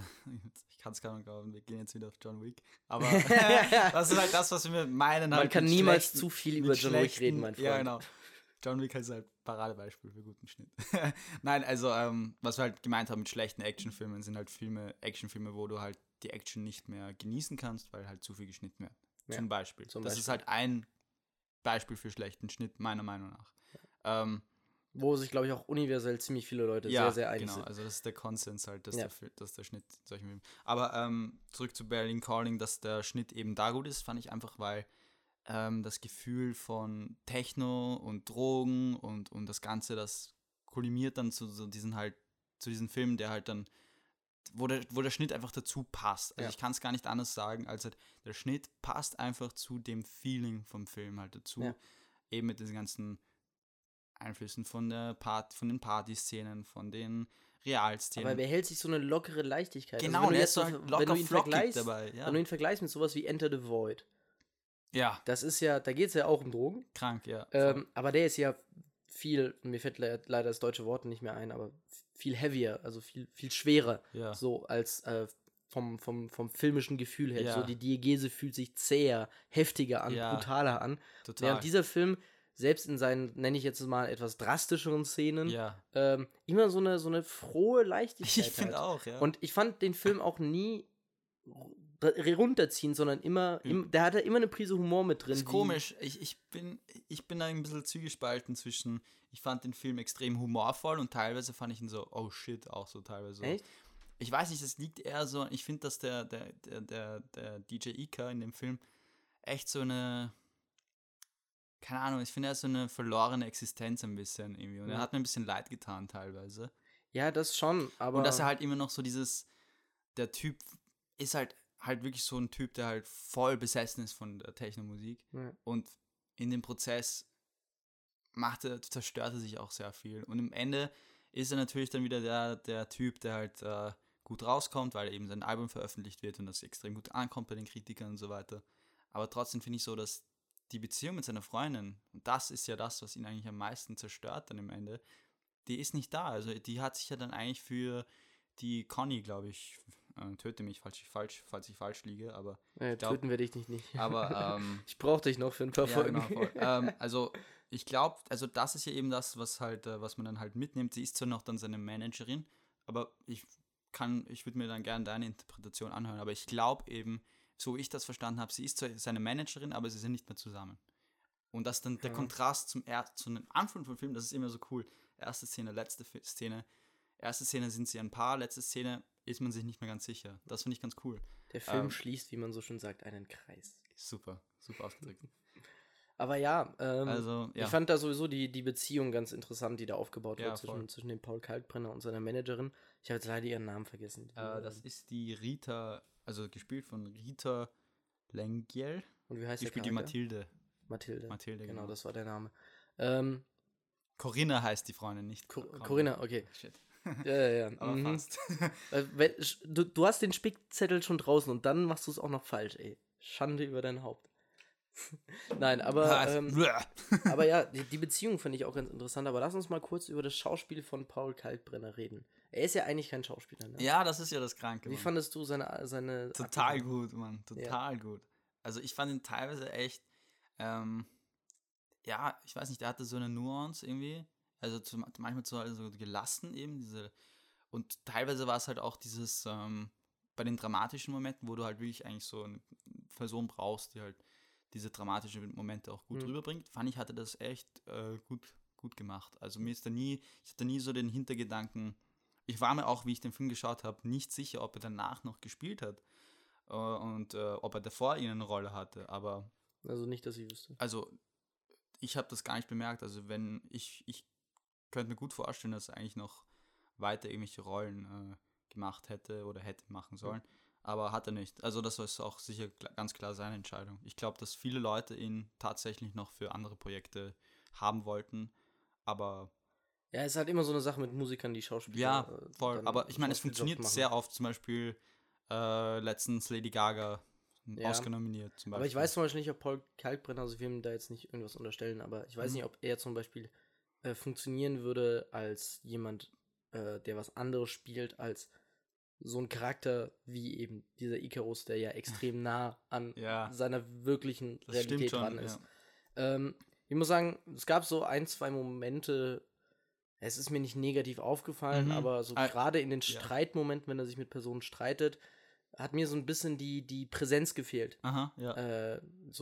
ich kann es gar nicht glauben, wir gehen jetzt wieder auf John Wick. Aber das ist halt das, was wir meinen. Man kann niemals zu viel über John Wick reden, mein Freund. Ja, genau. John Wick ist halt Paradebeispiel für guten Schnitt. Nein, also was wir halt gemeint haben mit schlechten Actionfilmen, sind halt Actionfilme, wo du halt die Action nicht mehr genießen kannst, weil halt zu viel geschnitten wird. Ja, zum Beispiel. Das ist halt ein Beispiel für schlechten Schnitt, meiner Meinung nach. Wo sich, glaube ich, auch universell ziemlich viele Leute sehr, sehr einig sind. Also das ist der Konsens halt, dass der Schnitt solchen Filmen. Aber zurück zu Berlin Calling, dass der Schnitt eben da gut ist, fand ich einfach, weil das Gefühl von Techno und Drogen und das Ganze, das kulminiert dann zu diesem Film, der halt dann, wo der Schnitt einfach dazu passt. Also ich kann es gar nicht anders sagen, als halt, der Schnitt passt einfach zu dem Feeling vom Film halt dazu. Ja. Eben mit diesen ganzen Einflüssen von den Partyszenen, von den Realszenen. Aber er behält sich so eine lockere Leichtigkeit. Genau, also der ist so halt locker flockig dabei. Ja. Wenn du ihn vergleichst mit sowas wie Enter the Void. Ja. Das ist ja, da geht es ja auch um Drogen. Krank, ja. Aber der ist ja viel, mir fällt leider das deutsche Wort nicht mehr ein, aber viel heavier, also viel, viel schwerer. Ja. So als vom filmischen Gefühl her. Ja. So die Diegese fühlt sich zäher, heftiger an, brutaler an. Total. Während dieser Film selbst in seinen, nenne ich jetzt mal, etwas drastischeren Szenen, immer so eine frohe Leichtigkeit Ich finde auch, ja. Und ich fand den Film auch nie runterziehen, sondern der hatte immer eine Prise Humor mit drin. Das ist komisch. Ich bin da ein bisschen zwiegespalten zwischen, ich fand den Film extrem humorvoll und teilweise fand ich ihn so, oh shit, auch so teilweise. Echt? Ich weiß nicht, es liegt eher so, ich finde, dass der DJ Ika in dem Film echt so eine, keine Ahnung, ich finde, er ist so eine verlorene Existenz ein bisschen irgendwie und er hat mir ein bisschen leid getan teilweise. Ja, das schon, aber... Und dass er halt immer noch so der Typ ist halt wirklich so ein Typ, der halt voll besessen ist von der Techno-Musik. Ja. Und in dem Prozess zerstört er sich auch sehr viel. Und im Ende ist er natürlich dann wieder der Typ, der halt gut rauskommt, weil eben sein Album veröffentlicht wird und das extrem gut ankommt bei den Kritikern und so weiter. Aber trotzdem finde ich so, dass die Beziehung mit seiner Freundin, und das ist ja das, was ihn eigentlich am meisten zerstört dann im Ende, die ist nicht da. Also die hat sich ja dann eigentlich für die Conny, glaube ich, töte mich, falls ich falsch liege, aber ich glaub, töten wir dich nicht. Aber ich brauche dich noch für ein paar Folgen. Genau, also ich glaube, also das ist ja eben das, was man dann halt mitnimmt. Sie ist zwar noch dann seine Managerin, aber ich würde mir dann gerne deine Interpretation anhören, aber ich glaube eben, so wie ich das verstanden habe, sie ist zwar seine Managerin, aber sie sind nicht mehr zusammen. Und das dann der Kontrast zu dem Anfang vom Film, das ist immer so cool. Erste Szene, letzte Szene. Erste Szene sind sie ein Paar, letzte Szene ist man sich nicht mehr ganz sicher. Das finde ich ganz cool. Der Film schließt, wie man so schön sagt, einen Kreis. Super ausgedrückt. Aber ja, ich fand da sowieso die Beziehung ganz interessant, die da aufgebaut wird zwischen dem Paul Kalkbrenner und seiner Managerin. Ich habe jetzt leider ihren Namen vergessen. Das ist die Rita, also gespielt von Rita Lengyel. Und wie heißt die? Die spielt die Mathilde. Mathilde, genau, das war der Name. Corinna heißt die Freundin, nicht Corinna, okay. Shit. Ja. Aber fast. Du hast den Spickzettel schon draußen und dann machst du es auch noch falsch, ey. Schande über dein Haupt. Nein, aber aber ja, die Beziehung finde ich auch ganz interessant, aber lass uns mal kurz über das Schauspiel von Paul Kalkbrenner reden. Er ist ja eigentlich kein Schauspieler, ne? Ja, das ist ja das Kranke, Wie fandest du seine Total gut, Mann, total gut. Also ich fand ihn teilweise echt, ich weiß nicht, der hatte so eine Nuance irgendwie, also manchmal so gelassen eben, und teilweise war es halt auch dieses, bei den dramatischen Momenten, wo du halt wirklich eigentlich so eine Person brauchst, die halt diese dramatischen Momente auch gut rüberbringt, fand ich, hatte das echt gut gemacht. Also ich hatte nie so den Hintergedanken, ich war mir auch, wie ich den Film geschaut habe, nicht sicher, ob er danach noch gespielt hat und ob er davor eine Rolle hatte, aber... Also nicht, dass ich wüsste. Also ich habe das gar nicht bemerkt, also wenn ich könnte mir gut vorstellen, dass er eigentlich noch weiter irgendwelche Rollen gemacht hätte oder hätte machen sollen. Aber hat er nicht. Also das ist auch sicher ganz klar seine Entscheidung. Ich glaube, dass viele Leute ihn tatsächlich noch für andere Projekte haben wollten, aber... Ja, es ist halt immer so eine Sache mit Musikern, die Schauspieler... Ja, voll. Aber ich meine, es funktioniert sehr oft. Zum Beispiel letztens Lady Gaga Oscar nominiert. Zum Beispiel. Aber ich weiß zum Beispiel nicht, ob Paul Kalkbrenner, also wir ihm da jetzt nicht irgendwas unterstellen, aber ich weiß nicht, ob er zum Beispiel funktionieren würde als jemand, der was anderes spielt, als so ein Charakter wie eben dieser Icarus, der ja extrem nah an seiner wirklichen Realität dran ist. Ich muss sagen, es gab so 1-2 Momente, es ist mir nicht negativ aufgefallen, aber so gerade in den Streitmomenten, wenn er sich mit Personen streitet, hat mir so ein bisschen die Präsenz gefehlt. Aha, ja.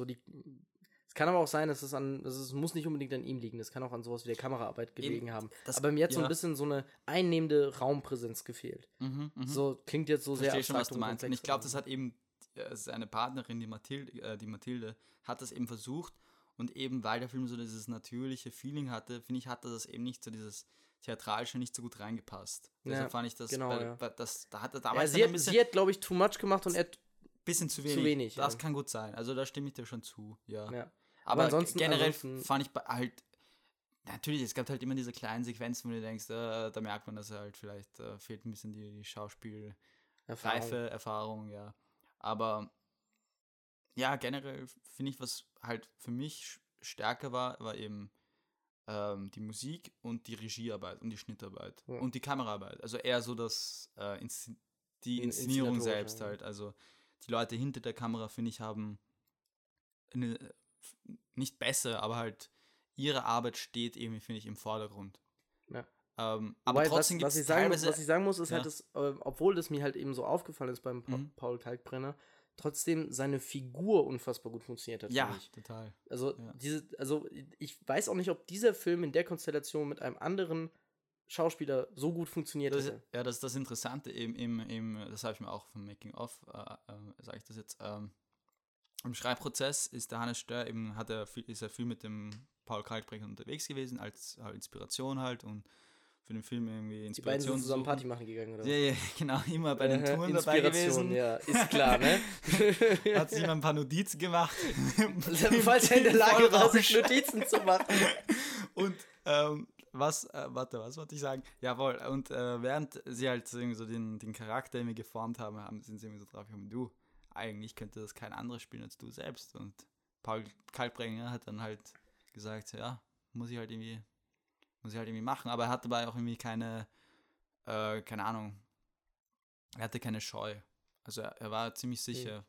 Es kann aber auch sein, dass es muss nicht unbedingt an ihm liegen. Es kann auch an sowas wie der Kameraarbeit gelegen haben. Aber mir hat so ein bisschen so eine einnehmende Raumpräsenz gefehlt. So klingt jetzt so Verstehe sehr schon, was du meinst. Und ich glaube, das hat eben seine Partnerin, die Mathilde, hat das eben versucht. Und eben, weil der Film so dieses natürliche Feeling hatte, finde ich, hatte das eben nicht so dieses Theatralische nicht so gut reingepasst. Deshalb fand ich das, da hat er damals sie hat, glaube ich, too much gemacht und er bisschen zu wenig. Das kann gut sein. Also da stimme ich dir schon zu, ja. Aber ansonsten generell fand ich halt, natürlich, es gab halt immer diese kleinen Sequenzen, wo du denkst, da merkt man, dass er halt vielleicht fehlt ein bisschen die Schauspielreife, Erfahrung, ja. Aber ja, generell finde ich, was halt für mich stärker war eben die Musik und die Regiearbeit und die Schnittarbeit und die Kameraarbeit. Also eher so die Inszenierung selbst halt. Also die Leute hinter der Kamera, finde ich, haben nicht besser, aber halt ihre Arbeit steht irgendwie, finde ich, im Vordergrund. Ja. Aber trotzdem gibt es teilweise... Was ich sagen muss, ist halt, dass, obwohl das mir halt eben so aufgefallen ist beim Paul Kalkbrenner, trotzdem seine Figur unfassbar gut funktioniert hat. Ja, total. Also, ich weiß auch nicht, ob dieser Film in der Konstellation mit einem anderen Schauspieler so gut funktioniert hätte. Ja, das ist das Interessante das habe ich mir auch vom Making-of, sage ich das jetzt, im Schreibprozess ist der Hannes Stör eben, ist er viel mit dem Paul Kalkbrenner unterwegs gewesen, als Inspiration halt und für den Film irgendwie Inspiration. Die beiden sind zusammen Party machen gegangen, oder? Ja, genau, immer bei den Touren dabei gewesen. Ja, ist klar, ne? Hat sich immer ein paar Notizen gemacht. Falls er in der Lage war, sich Notizen zu machen. Und, was wollte ich sagen? Jawohl, und während sie halt irgendwie so den Charakter irgendwie geformt haben, sind sie irgendwie so drauf gekommen, du, eigentlich könnte das kein anderer spielen als du selbst. Und Paul Kalkbrenner hat dann halt gesagt, ja, muss ich halt irgendwie machen, aber er hatte dabei auch irgendwie keine Ahnung, er hatte keine Scheu. Also er war ziemlich sicher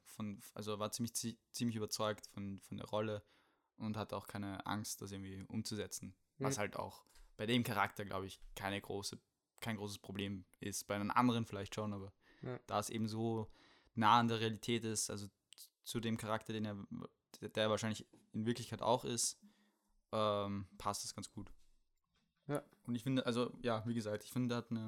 ziemlich überzeugt von der Rolle und hatte auch keine Angst, das irgendwie umzusetzen. Was halt auch bei dem Charakter, glaube ich, kein großes Problem ist. Bei einem anderen vielleicht schon, aber da es eben so nah an der Realität ist, also zu dem Charakter, der wahrscheinlich in Wirklichkeit auch ist, passt das ganz gut. Ja. Und ich finde, also, ja, wie gesagt, ich finde, er hat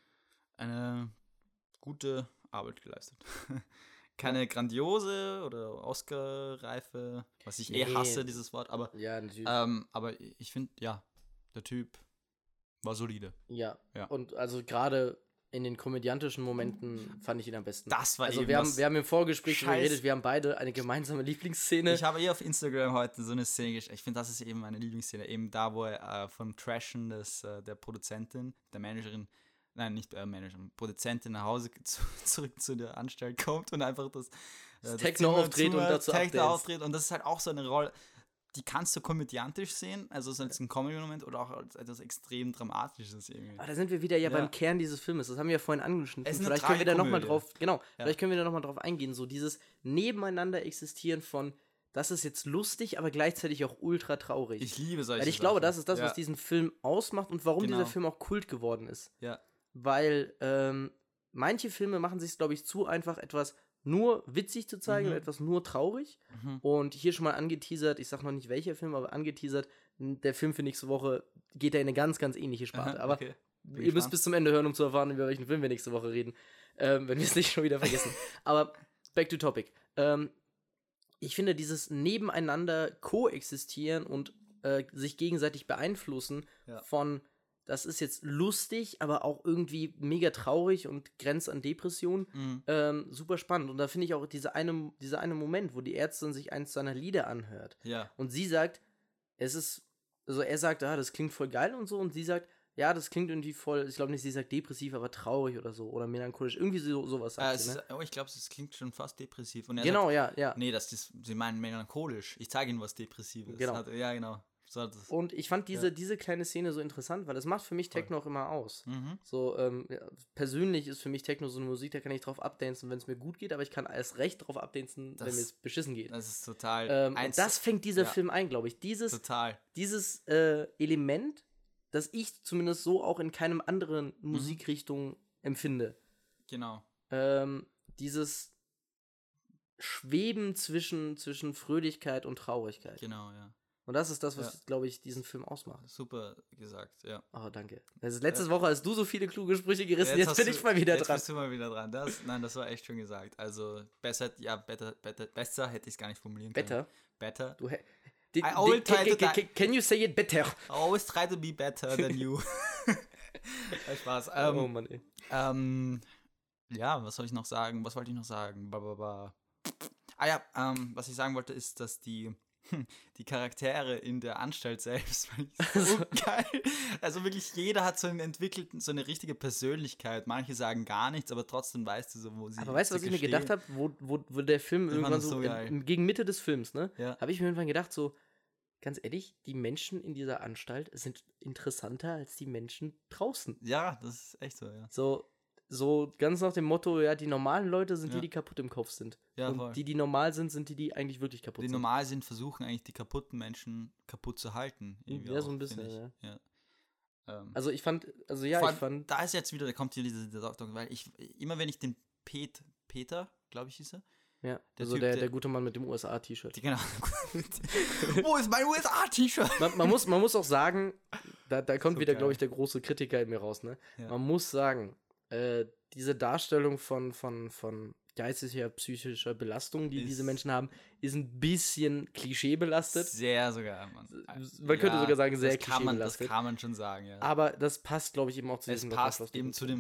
eine gute Arbeit geleistet. Keine grandiose oder Oscar-reife, was ich hasse, dieses Wort, aber, aber ich finde, ja, der Typ war solide. Ja. Und also gerade in den komödiantischen Momenten fand ich ihn am besten. Das war also wir haben im Vorgespräch darüber geredet, wir haben beide eine gemeinsame Lieblingsszene. Ich habe auf Instagram heute so eine Szene ich finde, das ist eben meine Lieblingsszene, eben da, wo er vom Trashen der Produzentin, der Managerin, nein, nicht Managerin, Produzentin nach Hause zurück zu der Anstalt kommt und einfach das Techno aufdreht und dazu aufdreht, und das ist halt auch so eine Rolle, die kannst du komödiantisch sehen, also so als ein Comedy-Moment oder auch als etwas extrem Dramatisches irgendwie. Aber da sind wir wieder beim Kern dieses Filmes, das haben wir ja vorhin angeschnitten. Vielleicht können wir da nochmal drauf eingehen, so dieses Nebeneinander existieren von, das ist jetzt lustig, aber gleichzeitig auch ultra traurig. Ich liebe solche Weil ich glaube, das ist das, was diesen Film ausmacht und warum dieser Film auch Kult geworden ist. Ja. Weil manche Filme machen sich, glaube ich, zu einfach etwas nur witzig zu zeigen und etwas nur traurig. Und hier schon mal angeteasert, ich sag noch nicht welcher Film, aber angeteasert, der Film für nächste Woche geht da in eine ganz, ganz ähnliche Sparte. Aber ihr müsst bis zum Ende hören, um zu erfahren, über welchen Film wir nächste Woche reden, wenn wir es nicht schon wieder vergessen. Aber back to topic. Ich finde, dieses Nebeneinander koexistieren und sich gegenseitig beeinflussen von, das ist jetzt lustig, aber auch irgendwie mega traurig und grenzt an Depression. Super spannend. Und da finde ich auch dieser eine Moment, wo die Ärztin sich eins seiner Lieder anhört. Ja. Und sie sagt, er sagt, das klingt voll geil und so. Und sie sagt, ja, das klingt irgendwie voll, ich glaube nicht, sie sagt depressiv, aber traurig oder so. Oder melancholisch. Irgendwie sowas sagt sie, ne? Ich glaube, es klingt schon fast depressiv. Und genau, sagt, ja. Nee, sie meinen melancholisch. Ich zeige ihnen was Depressives. Genau. Genau. Und ich fand diese kleine Szene so interessant, weil das macht für mich Techno auch immer aus. So, persönlich ist für mich Techno so eine Musik, da kann ich drauf updancen, wenn es mir gut geht, aber ich kann erst recht drauf updancen, wenn mir es beschissen geht. Das ist total... und das fängt dieser Film ein, glaube ich. Dieses Element, das ich zumindest so auch in keinem anderen Musikrichtung empfinde. Genau. Dieses Schweben zwischen Fröhlichkeit und Traurigkeit. Genau, ja. Und das ist das, was, glaube ich, diesen Film ausmacht. Super gesagt, ja. Oh, danke. Das ist letzte Woche hast du so viele kluge Sprüche gerissen, jetzt bin ich mal wieder dran. Jetzt bist du mal wieder dran. Das war echt schön gesagt. Also, besser hätte ich es gar nicht formulieren können. Better? Can you say it better? I always try to be better than you. Spaß. Oh Mann, ey. Ja, was wollte ich noch sagen? Was ich sagen wollte, ist, dass die Charaktere in der Anstalt selbst, so geil. Also wirklich, jeder hat so eine richtige Persönlichkeit. Manche sagen gar nichts, aber trotzdem weißt du so, wo sie. Aber weißt du, was ich mir gedacht habe, wo der Film irgendwann so gegen Mitte des Films, ne? Ja. Habe ich mir irgendwann gedacht, so, ganz ehrlich, die Menschen in dieser Anstalt sind interessanter als die Menschen draußen. Ja, das ist echt so, ja. So ganz nach dem Motto, ja, die normalen Leute sind die kaputt im Kopf sind. Ja, und voll. die normal sind die eigentlich wirklich kaputt sind. Die normal sind, versuchen eigentlich die kaputten Menschen kaputt zu halten. Ja, so ein bisschen, ja. Also ich fand, da ist jetzt wieder, da kommt hier dieser Doktor, weil immer wenn ich den Peter, glaube ich, hieß er. Ja, der gute Mann mit dem USA-T-Shirt. Genau. Wo ist mein USA-T-Shirt? Man muss auch sagen, da kommt so wieder, glaube ich, der große Kritiker in mir raus, ne? Ja. Man muss sagen, diese Darstellung von geistiger, psychischer Belastung, die diese Menschen haben, ist ein bisschen klischeebelastet. Sehr sogar, Mann. Man könnte sogar sagen, sehr klischeebelastet. Das kann man schon sagen, ja. Aber das passt, glaube ich, eben auch zu diesem Podcast. Es passt eben zu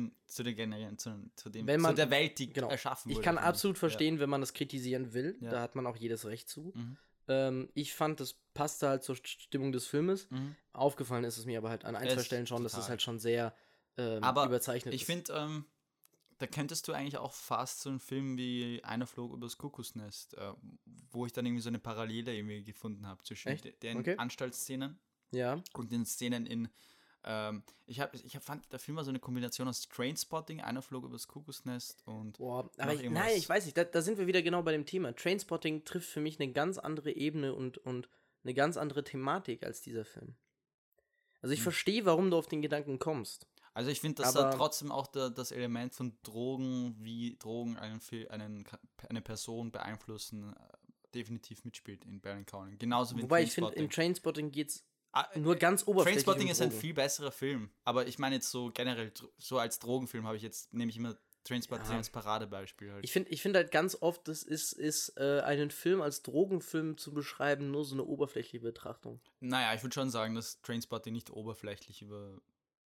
der Welt, die erschaffen wurde. Ich kann absolut verstehen, wenn man das kritisieren will. Ja. Da hat man auch jedes Recht zu. Ich fand, das passte halt zur Stimmung des Filmes. Aufgefallen ist es mir aber halt an ein, zwei Stellen schon, dass es halt schon sehr überzeichnet ist. Ich finde, da könntest du eigentlich auch fast so einen Film wie Einer flog übers Kuckucksnest, wo ich dann irgendwie so eine Parallele irgendwie gefunden habe zwischen den Anstaltsszenen und den Szenen in ich fand, der Film war so eine Kombination aus Trainspotting, Einer flog übers Kuckucksnest und ich weiß nicht, da sind wir wieder genau bei dem Thema. Trainspotting trifft für mich eine ganz andere Ebene und eine ganz andere Thematik als dieser Film. Also ich verstehe, warum du auf den Gedanken kommst. Also ich finde, dass da trotzdem auch das Element von Drogen, wie Drogen eine Person beeinflussen, definitiv mitspielt in Baron Cohen. Genauso wie Wobei ich finde, in Trainspotting geht es nur ganz oberflächlich. Trainspotting ist ein viel besserer Film, aber ich meine jetzt so generell, so als Drogenfilm nehme ich immer Trainspotting als Paradebeispiel. Halt. Ich finde halt ganz oft, das ist einen Film als Drogenfilm zu beschreiben, nur so eine oberflächliche Betrachtung. Naja, ich würde schon sagen, dass Trainspotting nicht oberflächlich über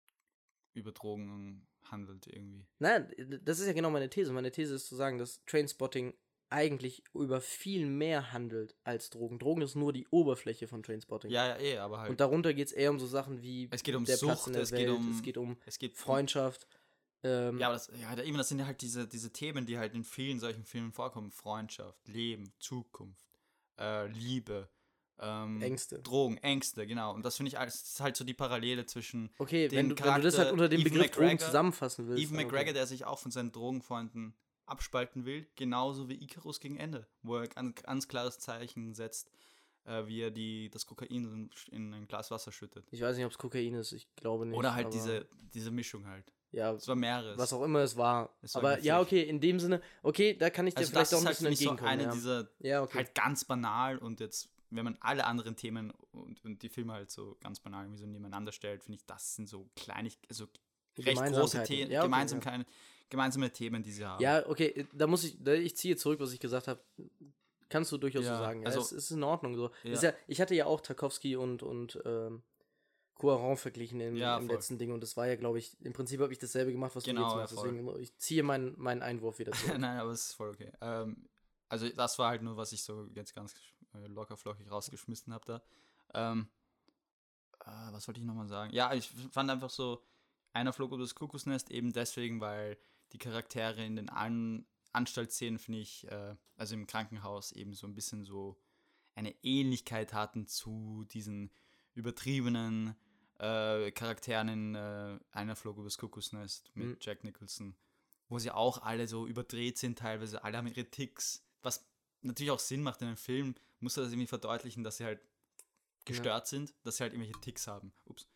Drogen handelt irgendwie. Nein, das ist ja genau meine These. Meine These ist zu sagen, dass Trainspotting eigentlich über viel mehr handelt als Drogen. Drogen ist nur die Oberfläche von Trainspotting. Ja, aber halt. Und darunter geht es eher um so Sachen wie es geht um der Sucht, Platz in der Welt, es geht um Freundschaft. Das sind ja halt diese Themen, die halt in vielen solchen Filmen vorkommen. Freundschaft, Leben, Zukunft, Liebe, Ängste. Drogen, Ängste, genau. Und das finde ich ist halt so die Parallele zwischen wenn du das halt unter dem Begriff Drogen zusammenfassen willst. Ewan McGregor, der sich auch von seinen Drogenfreunden abspalten will, genauso wie Icarus gegen Ende, wo er ein ganz klares Zeichen setzt, wie er das Kokain in ein Glas Wasser schüttet. Ich weiß nicht, ob es Kokain ist, ich glaube nicht. Oder halt diese Mischung halt. Ja, es war mehreres. Was auch immer es war. Aber ja, okay, in dem Sinne, okay, da kann ich dir vielleicht auch ein bisschen entgegenkommen. Das ist halt diese halt ganz banal und jetzt, wenn man alle anderen Themen und die Filme halt so ganz banal irgendwie so nebeneinander stellt, finde ich, das sind so recht große Themen, gemeinsame Themen, die sie haben. Ja, okay, ich ziehe zurück, was ich gesagt habe. Kannst du durchaus so sagen. Also, es ist in Ordnung so. Ja. Ich hatte ja auch Tarkovsky und Cuarón verglichen im letzten Ding und das war ja, glaube ich, im Prinzip habe ich dasselbe gemacht, was du jetzt machst. Deswegen, ich ziehe meinen Einwurf wieder zurück. Nein, aber es ist voll okay. Also das war halt nur, was ich so jetzt ganz locker flockig rausgeschmissen habe da. Was wollte ich nochmal sagen? Ja, ich fand einfach so, Einer flog über das Kuckucksnest eben deswegen, weil die Charaktere in den allen Anstaltsszenen, finde ich, also im Krankenhaus eben so ein bisschen so eine Ähnlichkeit hatten zu diesen übertriebenen Charakteren in Einer flog übers Kuckucksnest mit Jack Nicholson, wo sie auch alle so überdreht sind teilweise, alle haben ihre Ticks, was natürlich auch Sinn macht in einem Film, muss er das irgendwie verdeutlichen, dass sie halt gestört sind, dass sie halt irgendwelche Ticks haben.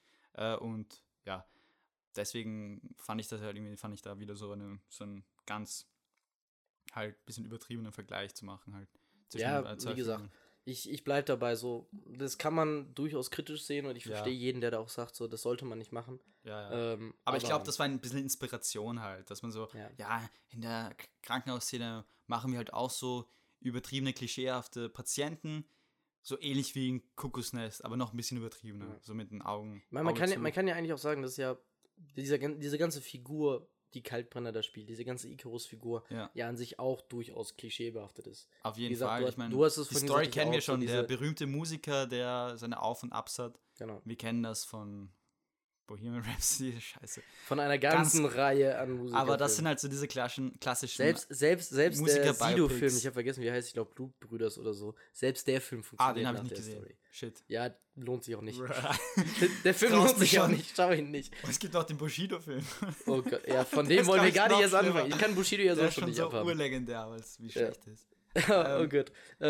Und ja, deswegen fand ich da wieder so einen ganz halt bisschen übertriebenen Vergleich zu machen halt. Wie gesagt, ich bleibe dabei so, das kann man durchaus kritisch sehen und ich verstehe jeden, der da auch sagt, so, das sollte man nicht machen. Aber ich glaube, das war ein bisschen Inspiration halt, dass man so, in der Krankenhausszene machen wir halt auch so übertriebene, klischeehafte Patienten, so ähnlich wie ein Kuckucksnest, aber noch ein bisschen übertriebener, so mit den Augen. Man kann ja eigentlich auch sagen, dass ja diese ganze Figur, die Kaltbrenner da spielt, diese ganze Icarus-Figur, ja an sich auch durchaus klischeebehaftet ist. Auf jeden Fall. Ich meine, die Story kennen wir schon, der berühmte Musiker, der seine Auf- und Abs hat. Genau. Wir kennen das von Bohemian Rhapsody, scheiße. Von einer ganzen Reihe an Musikern. Aber das sind halt so diese klassischen Selbst der Sido-Film, ich habe vergessen, wie er heißt, ich glaube Blutbrüders oder so. Selbst der Film funktioniert. Den habe ich nicht gesehen. Story. Shit. Ja, lohnt sich auch nicht. Der Film lohnt sich auch nicht, schau ihn nicht. Und es gibt noch den Bushido-Film. Oh Gott, ja, von dem wollen wir gar nicht erst anfangen. Ich kann Bushido ja so schon nicht abhaben. Der ist schon so urlegendär, weil es wie schlecht ist. Oh Gott.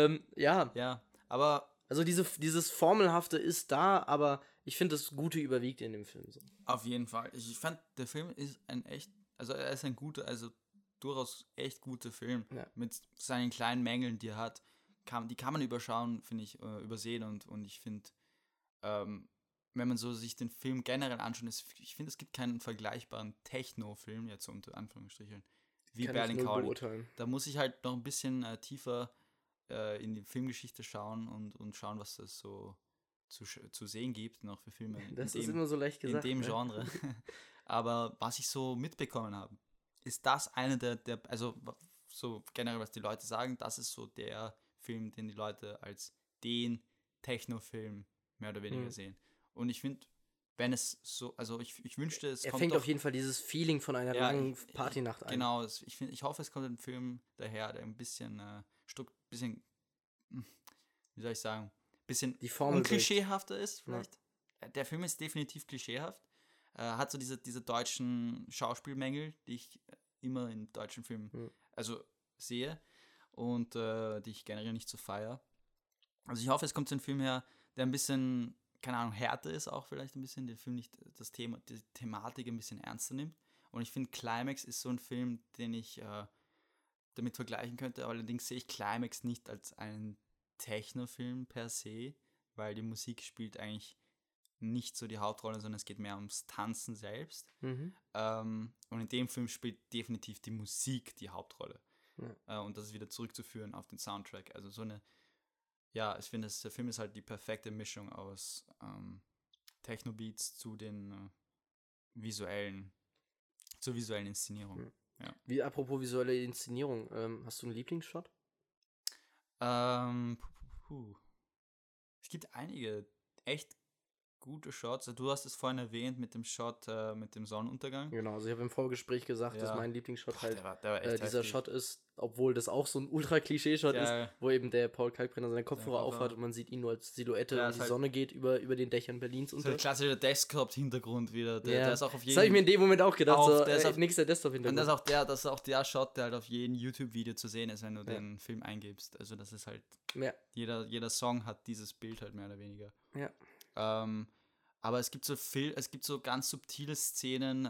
Ja, aber also dieses Formelhafte ist da, aber ich finde, das Gute überwiegt in dem Film so. Auf jeden Fall. Ich fand, der Film ist er ist ein guter, also durchaus echt guter Film. Ja. Mit seinen kleinen Mängeln, die er hat. Die kann man überschauen, finde ich, übersehen und ich finde, wenn man so sich den Film generell anschaut, ich finde, es gibt keinen vergleichbaren Techno-Film, jetzt unter Anführungsstrichen, wie Berlin-Cowley. Da muss ich halt noch ein bisschen tiefer in die Filmgeschichte schauen und schauen, was es so zu sehen gibt, noch für Filme das ist immer so leicht gesagt, in dem Genre. Aber was ich so mitbekommen habe, ist das eine der, also so generell, was die Leute sagen, das ist so der Film, den die Leute als den Techno-Film mehr oder weniger sehen. Und ich finde, wenn es so, also ich wünschte, es kommt fängt auf jeden Fall dieses Feeling von einer langen Partynacht an. Genau, ich hoffe, es kommt ein Film daher, der ein bisschen, wie soll ich sagen, bisschen unklischeehafter ist vielleicht. Ja. Der Film ist definitiv klischeehaft. Hat so diese deutschen Schauspielmängel, die ich immer in deutschen Filmen sehe und die ich generell nicht so feiere. Also ich hoffe, es kommt so ein Film her, der ein bisschen, keine Ahnung, härter ist auch vielleicht ein bisschen, der Film nicht die Thematik ein bisschen ernster nimmt. Und ich finde, Climax ist so ein Film, den ich damit vergleichen könnte. Allerdings sehe ich Climax nicht als einen Techno-Film per se, weil die Musik spielt eigentlich nicht so die Hauptrolle, sondern es geht mehr ums Tanzen selbst. Und in dem Film spielt definitiv die Musik die Hauptrolle. Ja. Und das ist wieder zurückzuführen auf den Soundtrack. Also so eine, ja, ich finde, der Film ist halt die perfekte Mischung aus Techno-Beats zur visuellen Inszenierung. Ja. Wie apropos visuelle Inszenierung, hast du einen Lieblingsshot? Es gibt einige echt gute Shots. Du hast es vorhin erwähnt mit dem Shot mit dem Sonnenuntergang. Genau, also ich habe im Vorgespräch gesagt, dass mein Lieblingsshot der war dieser Shot ist, obwohl das auch so ein Ultra-Klischee-Shot ist, wo eben der Paul Kalkbrenner seine Kopfhörer aufhat und man sieht ihn nur als Silhouette und die Sonne geht über den Dächern Berlins unter. So ein klassischer Desktop-Hintergrund wieder. Der ist auch auf jeden das habe ich mir in dem Moment auch gedacht, nächster Desktop-Hintergrund. Und das ist auch der Shot, der halt auf jedem YouTube-Video zu sehen ist, wenn du den Film eingibst. Also das ist halt, jeder Song hat dieses Bild halt mehr oder weniger. Ja. Aber es gibt so ganz subtile Szenen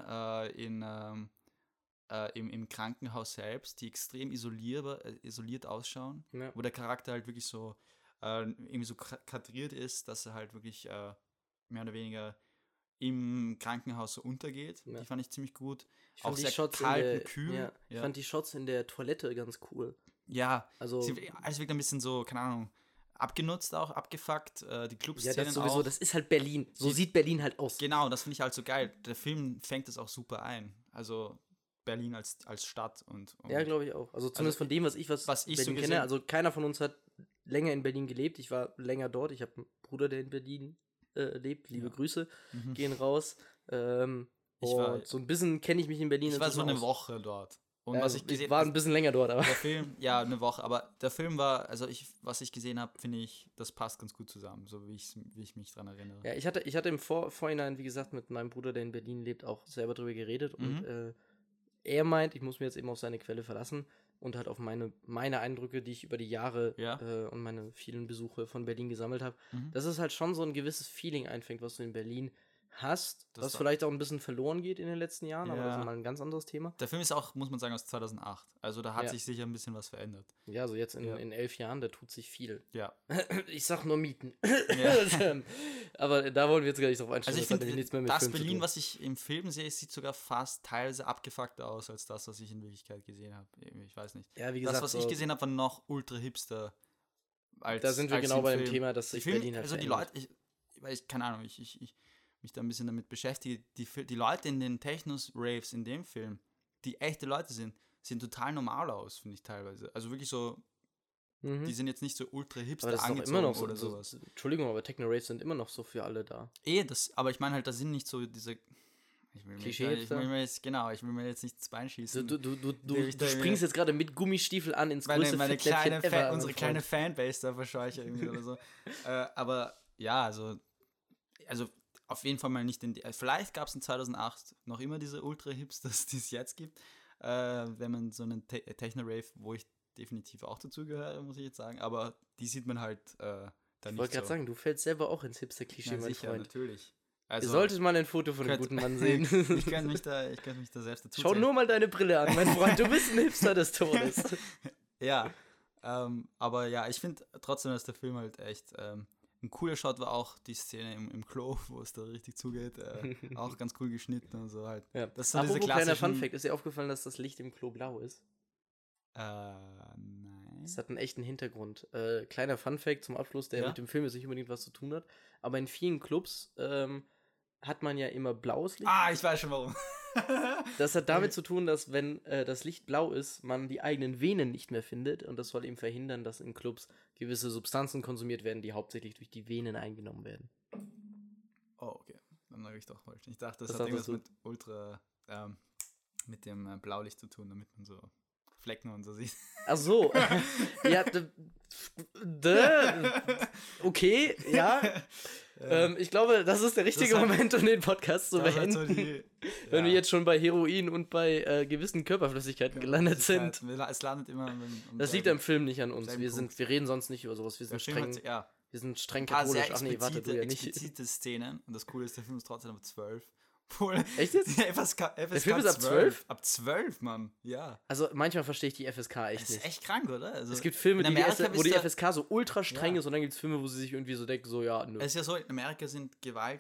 im Krankenhaus selbst, die extrem isoliert ausschauen, wo der Charakter halt wirklich so irgendwie so kadriert ist, dass er halt wirklich mehr oder weniger im Krankenhaus so untergeht. Ja. Die fand ich ziemlich gut. Auch sehr kalt und kühl. Ich fand die Shots in der Toilette ganz cool. Ja, also alles wirkt ein bisschen so, keine Ahnung, abgenutzt auch, abgefuckt, die Clubszenen das sowieso, das ist halt Berlin. So sieht Berlin halt aus. Genau, das finde ich halt so geil. Der Film fängt es auch super ein. Also Berlin als Stadt und ja, glaube ich auch. Also zumindest von dem, was ich Berlin so kenne. Also keiner von uns hat länger in Berlin gelebt. Ich war länger dort. Ich habe einen Bruder, der in Berlin lebt. Liebe Grüße gehen raus. Und so ein bisschen kenne ich mich in Berlin. Ich war so eine Woche dort. Und was ich gesehen war ein bisschen länger dort, aber der Film, ja, eine Woche, aber der Film war, also was ich gesehen habe, finde ich, das passt ganz gut zusammen, so wie ich mich dran erinnere. Ja, ich hatte im Vorhinein, wie gesagt, mit meinem Bruder, der in Berlin lebt, auch selber drüber geredet und er meint, ich muss mir jetzt eben auf seine Quelle verlassen und halt auf meine Eindrücke, die ich über die Jahre und meine vielen Besuche von Berlin gesammelt habe, dass es halt schon so ein gewisses Feeling einfängt, was du in Berlin hast, was vielleicht auch ein bisschen verloren geht in den letzten Jahren, aber das ist mal ein ganz anderes Thema. Der Film ist auch, muss man sagen, aus 2008. Also da hat sich sicher ein bisschen was verändert. Ja, also jetzt in 11 Jahren, da tut sich viel. Ja. Ich sag nur Mieten. Ja. Aber da wollen wir jetzt gar nicht drauf einstellen. Also ich finde, das Berlin, was ich im Film sehe, sieht sogar fast teilweise abgefuckter aus, als das, was ich in Wirklichkeit gesehen habe. Ich weiß nicht. Ja, wie gesagt, das, was ich gesehen habe, war noch ultra hipster. Da sind wir genau bei dem Thema, dass sich Berlin halt also die Leute, keine Ahnung, ich mich da ein bisschen damit beschäftige, die Leute in den Technos-Raves in dem Film, die echte Leute sind, sehen total normal aus, finde ich teilweise. Also wirklich so, die sind jetzt nicht so ultra hipster angezogen immer noch oder sowas. Entschuldigung, aber Techno-Raves sind immer noch so für alle da. Aber ich meine halt, da sind nicht so diese ich will mir jetzt nicht ins Bein schießen. Du springst jetzt gerade mit Gummistiefel an ins größte unsere kleine Fanbase da verscheuche irgendwie oder so. Aber ja, also auf jeden Fall mal nicht vielleicht gab es in 2008 noch immer diese Ultra-Hipsters, die es jetzt gibt, wenn man so einen Techno-Rave, wo ich definitiv auch dazugehöre, muss ich jetzt sagen, aber die sieht man halt dann nicht so. Ich wollte gerade sagen, du fällst selber auch ins Hipster-Klischee, mein Freund. Natürlich. Also, ihr solltet mal ein Foto von dem guten Mann sehen. Ich kann mich da selbst dazu Schau nur mal deine Brille an, mein Freund, du bist ein Hipster des Todes. Ja, aber ja, ich finde trotzdem, dass der Film halt echt Ein cooler Shot war auch die Szene im Klo, wo es da richtig zugeht. Auch ganz cool geschnitten und so halt. Ja. Das ist so Apropos diese kleiner klassischen... Funfact, ist dir aufgefallen, dass das Licht im Klo blau ist? Nein. Das hat einen echten Hintergrund. Kleiner Funfact zum Abschluss, der mit dem Film jetzt nicht unbedingt was zu tun hat. Aber in vielen Clubs hat man ja immer blaues Licht. Ich weiß schon warum. Das hat damit zu tun, dass wenn das Licht blau ist, man die eigenen Venen nicht mehr findet. Und das soll eben verhindern, dass in Clubs gewisse Substanzen konsumiert werden, die hauptsächlich durch die Venen eingenommen werden. Oh, okay. Dann habe ich doch falsch. Ich dachte, das hat irgendwas mit dem Blaulicht zu tun, damit man so Flecken und so sieht. Ach so. Ja, okay, ja. Ich glaube, das ist der richtige Moment, um den Podcast zu beenden. So wenn wir jetzt schon bei Heroin und bei gewissen Körperflüssigkeiten gelandet sind. Es landet immer... Das liegt am Film nicht an uns. Wir reden sonst nicht über sowas. Wir sind streng, wir sind streng katholisch. Ach nee, warte, du ja nicht. Explizite Szenen. Und das Coole ist, der Film ist trotzdem ab 12. Echt jetzt? FSK der Film ist ab 12? Ab 12, Mann, ja. Also manchmal verstehe ich die FSK echt nicht. Das ist echt krank, oder? Also es gibt Filme, wo die FSK so ultra streng ist und dann gibt es Filme, wo sie sich irgendwie so denken, so ja, nö. Es ist ja so, in Amerika sind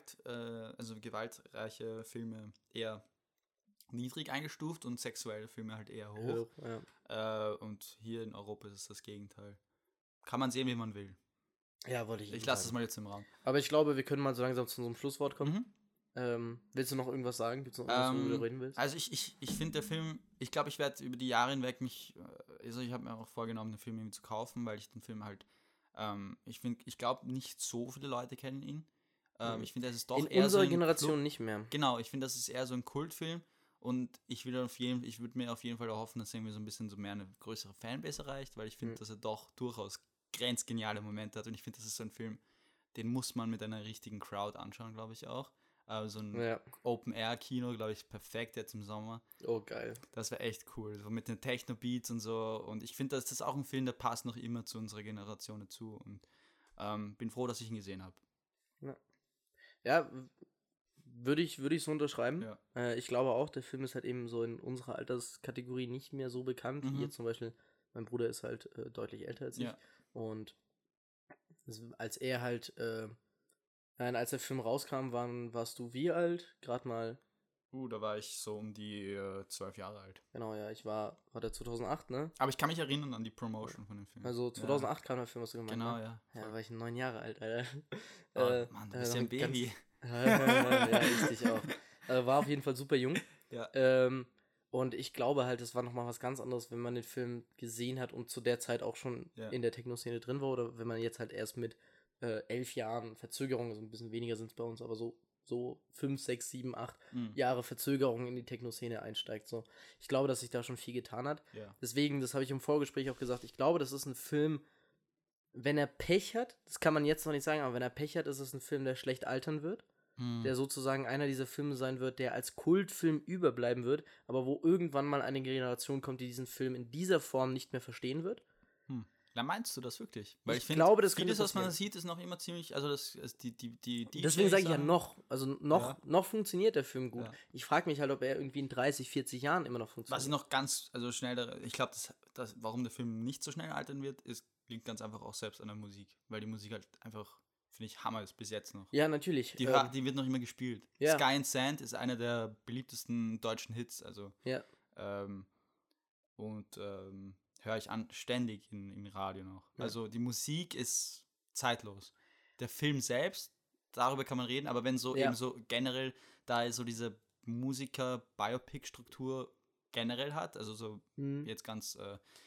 gewaltreiche Filme eher niedrig eingestuft und sexuelle Filme halt eher hoch. Ja. Und hier in Europa ist es das Gegenteil. Kann man sehen, wie man will. Ja, wollte ich. Ich lasse das mal jetzt im Raum. Aber ich glaube, wir können mal so langsam zu unserem Schlusswort kommen. Willst du noch irgendwas sagen? Gibt es noch irgendwas, worüber du reden willst? Also ich finde der Film, ich glaube, ich werde über die Jahre hinweg ich habe mir auch vorgenommen, den Film irgendwie zu kaufen, weil ich den Film halt, ich glaube, nicht so viele Leute kennen ihn. Ich finde, das ist doch in eher unserer so Generation nicht mehr. Genau, ich finde, das ist eher so ein Kultfilm und ich würde mir auf jeden Fall hoffen, dass er irgendwie so ein bisschen so mehr eine größere Fanbase erreicht, weil ich finde, dass er doch durchaus grenzgeniale Momente hat und ich finde, das ist so ein Film, den muss man mit einer richtigen Crowd anschauen, glaube ich auch. So ein Open-Air-Kino, glaube ich, perfekt jetzt im Sommer. Oh, geil. Das wäre echt cool, so mit den Techno-Beats und so. Und ich finde, das ist auch ein Film, der passt noch immer zu unserer Generation dazu. Und bin froh, dass ich ihn gesehen habe. Ja, würde ich so unterschreiben. Ja. Ich glaube auch, der Film ist halt eben so in unserer Alterskategorie nicht mehr so bekannt. Wie jetzt zum Beispiel, mein Bruder ist halt deutlich älter als ich. Und als er halt... als der Film rauskam, warst du wie alt? Gerade mal. Da war ich so um die 12 Jahre alt. Genau, ja, war der 2008, ne? Aber ich kann mich erinnern an die Promotion von dem Film. Also 2008 kam der Film, was du gemeint hast. Genau, ja. Ja, da war ich 9 Jahre alt, Alter. Mann, du bist ja ein Baby. Ja, ich auch. War auf jeden Fall super jung. Ja. Und ich glaube halt, es war nochmal was ganz anderes, wenn man den Film gesehen hat und zu der Zeit auch schon in der Techno-Szene drin war oder wenn man jetzt halt erst mit 11 Jahren Verzögerung, also ein bisschen weniger sind es bei uns, aber so 5, 6, 7, 8 Jahre Verzögerung in die Techno-Szene einsteigt. So. Ich glaube, dass sich da schon viel getan hat. Ja. Deswegen, das habe ich im Vorgespräch auch gesagt, ich glaube, das ist ein Film, wenn er Pech hat, das kann man jetzt noch nicht sagen, aber wenn er Pech hat, ist es ein Film, der schlecht altern wird. Der sozusagen einer dieser Filme sein wird, der als Kultfilm überbleiben wird, aber wo irgendwann mal eine Generation kommt, die diesen Film in dieser Form nicht mehr verstehen wird. Na, meinst du das wirklich? Weil ich glaube, das vieles, was man sieht, ist noch immer ziemlich, also das ist die deswegen sage ich ja noch, also noch funktioniert der Film gut. Ja. Ich frage mich halt, ob er irgendwie in 30, 40 Jahren immer noch funktioniert. Was ich noch ganz, schnell, ich glaube, warum der Film nicht so schnell altern wird, liegt ganz einfach auch selbst an der Musik, weil die Musik halt einfach, finde ich, Hammer ist bis jetzt noch. Ja, natürlich. Die wird noch immer gespielt. Ja. Sky and Sand ist einer der beliebtesten deutschen Hits, also höre ich ständig im Radio noch. Ja. Also die Musik ist zeitlos. Der Film selbst, darüber kann man reden, aber wenn so eben so generell, da so diese Musiker-Biopic-Struktur generell hat, also so jetzt ganz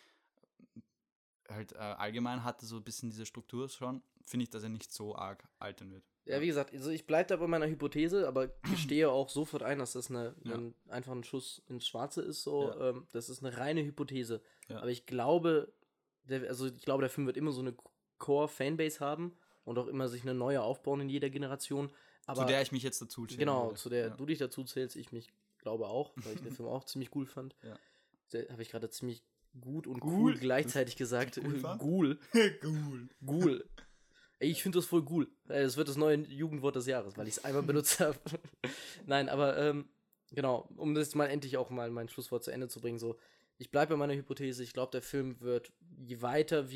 allgemein hatte so ein bisschen diese Struktur schon, finde ich, dass er nicht so arg altern wird. Ja, wie gesagt, also ich bleibe da bei meiner Hypothese, aber gestehe auch sofort ein, dass das einfach ein Schuss ins Schwarze ist. So. Ja. Das ist eine reine Hypothese. Ja. Aber ich glaube, der Film wird immer so eine Core-Fanbase haben und auch immer sich eine neue aufbauen in jeder Generation. Aber, zu der ich mich jetzt dazu zähle. Genau, zu der du dich dazu zählst, ich mich glaube auch, weil ich den Film auch ziemlich cool fand. Ja. Habe ich gerade ziemlich gut und cool gleichzeitig gesagt. Ghoul. Ghoul. Ey, ich finde das voll cool. Das wird das neue Jugendwort des Jahres, weil ich es einmal benutzt habe. Nein, aber genau, um das mal endlich auch mal mein Schlusswort zu Ende zu bringen, so, ich bleibe bei meiner Hypothese, ich glaube, der Film wird, je weiter wir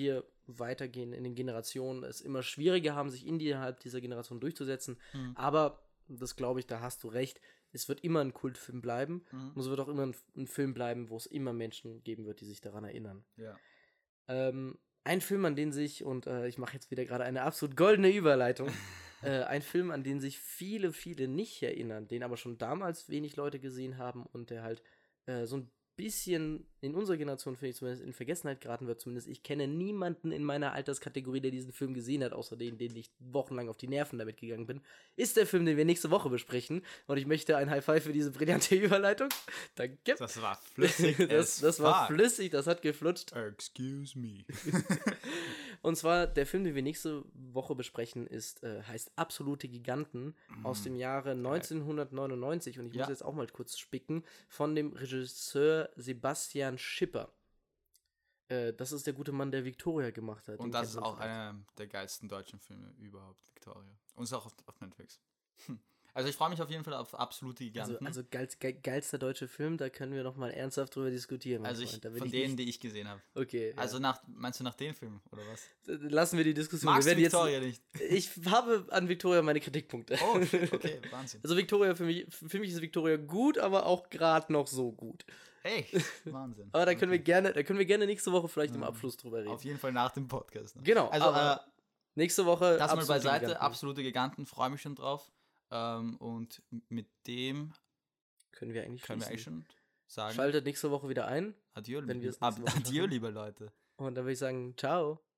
weitergehen in den Generationen, es immer schwieriger haben, sich innerhalb dieser Generation durchzusetzen. Aber, das glaube ich, da hast du recht, es wird immer ein Kultfilm bleiben und es wird auch immer ein Film bleiben, wo es immer Menschen geben wird, die sich daran erinnern. Ja. Ein Film, an den sich, und ich mache jetzt wieder gerade eine absolut goldene Überleitung, ein Film, an den sich viele, viele nicht erinnern, den aber schon damals wenig Leute gesehen haben und der halt so ein bisschen in unserer Generation, finde ich, zumindest in Vergessenheit geraten wird. Zumindest ich kenne niemanden in meiner Alterskategorie, der diesen Film gesehen hat, außer denen ich wochenlang auf die Nerven damit gegangen bin, ist der Film, den wir nächste Woche besprechen. Und ich möchte ein High Five für diese brillante Überleitung. Danke. Das war flüssig. das war flüssig, das hat geflutscht. Excuse me. Und zwar, der Film, den wir nächste Woche besprechen, heißt Absolute Giganten aus dem Jahre 1999. Und ich muss jetzt auch mal kurz spicken, von dem Regisseur Sebastian Schipper. Das ist der gute Mann, der Victoria gemacht hat. Und das ist auch einer der geilsten deutschen Filme überhaupt, Victoria. Und ist auch auf Netflix. Also ich freue mich auf jeden Fall auf Absolute Giganten. Also geilster deutscher Film, da können wir noch mal ernsthaft drüber diskutieren. Also von denen, die ich gesehen habe. Okay. Ja. Also meinst du nach den Filmen, oder was? Lassen wir die Diskussion. Magst du Victoria nicht? Ich habe an Victoria meine Kritikpunkte. Oh, okay, Wahnsinn. Also Victoria, für mich ist Victoria gut, aber auch gerade noch so gut. Hey, Wahnsinn. Aber da können wir gerne nächste Woche vielleicht im Abschluss drüber reden. Auf jeden Fall nach dem Podcast. Ne? Genau. Also nächste Woche. Das mal beiseite, Giganten. Absolute Giganten, freue mich schon drauf. Und mit dem können wir eigentlich schon sagen. Schaltet nächste Woche wieder ein. Adieu, liebe Leute. Und dann würde ich sagen, ciao.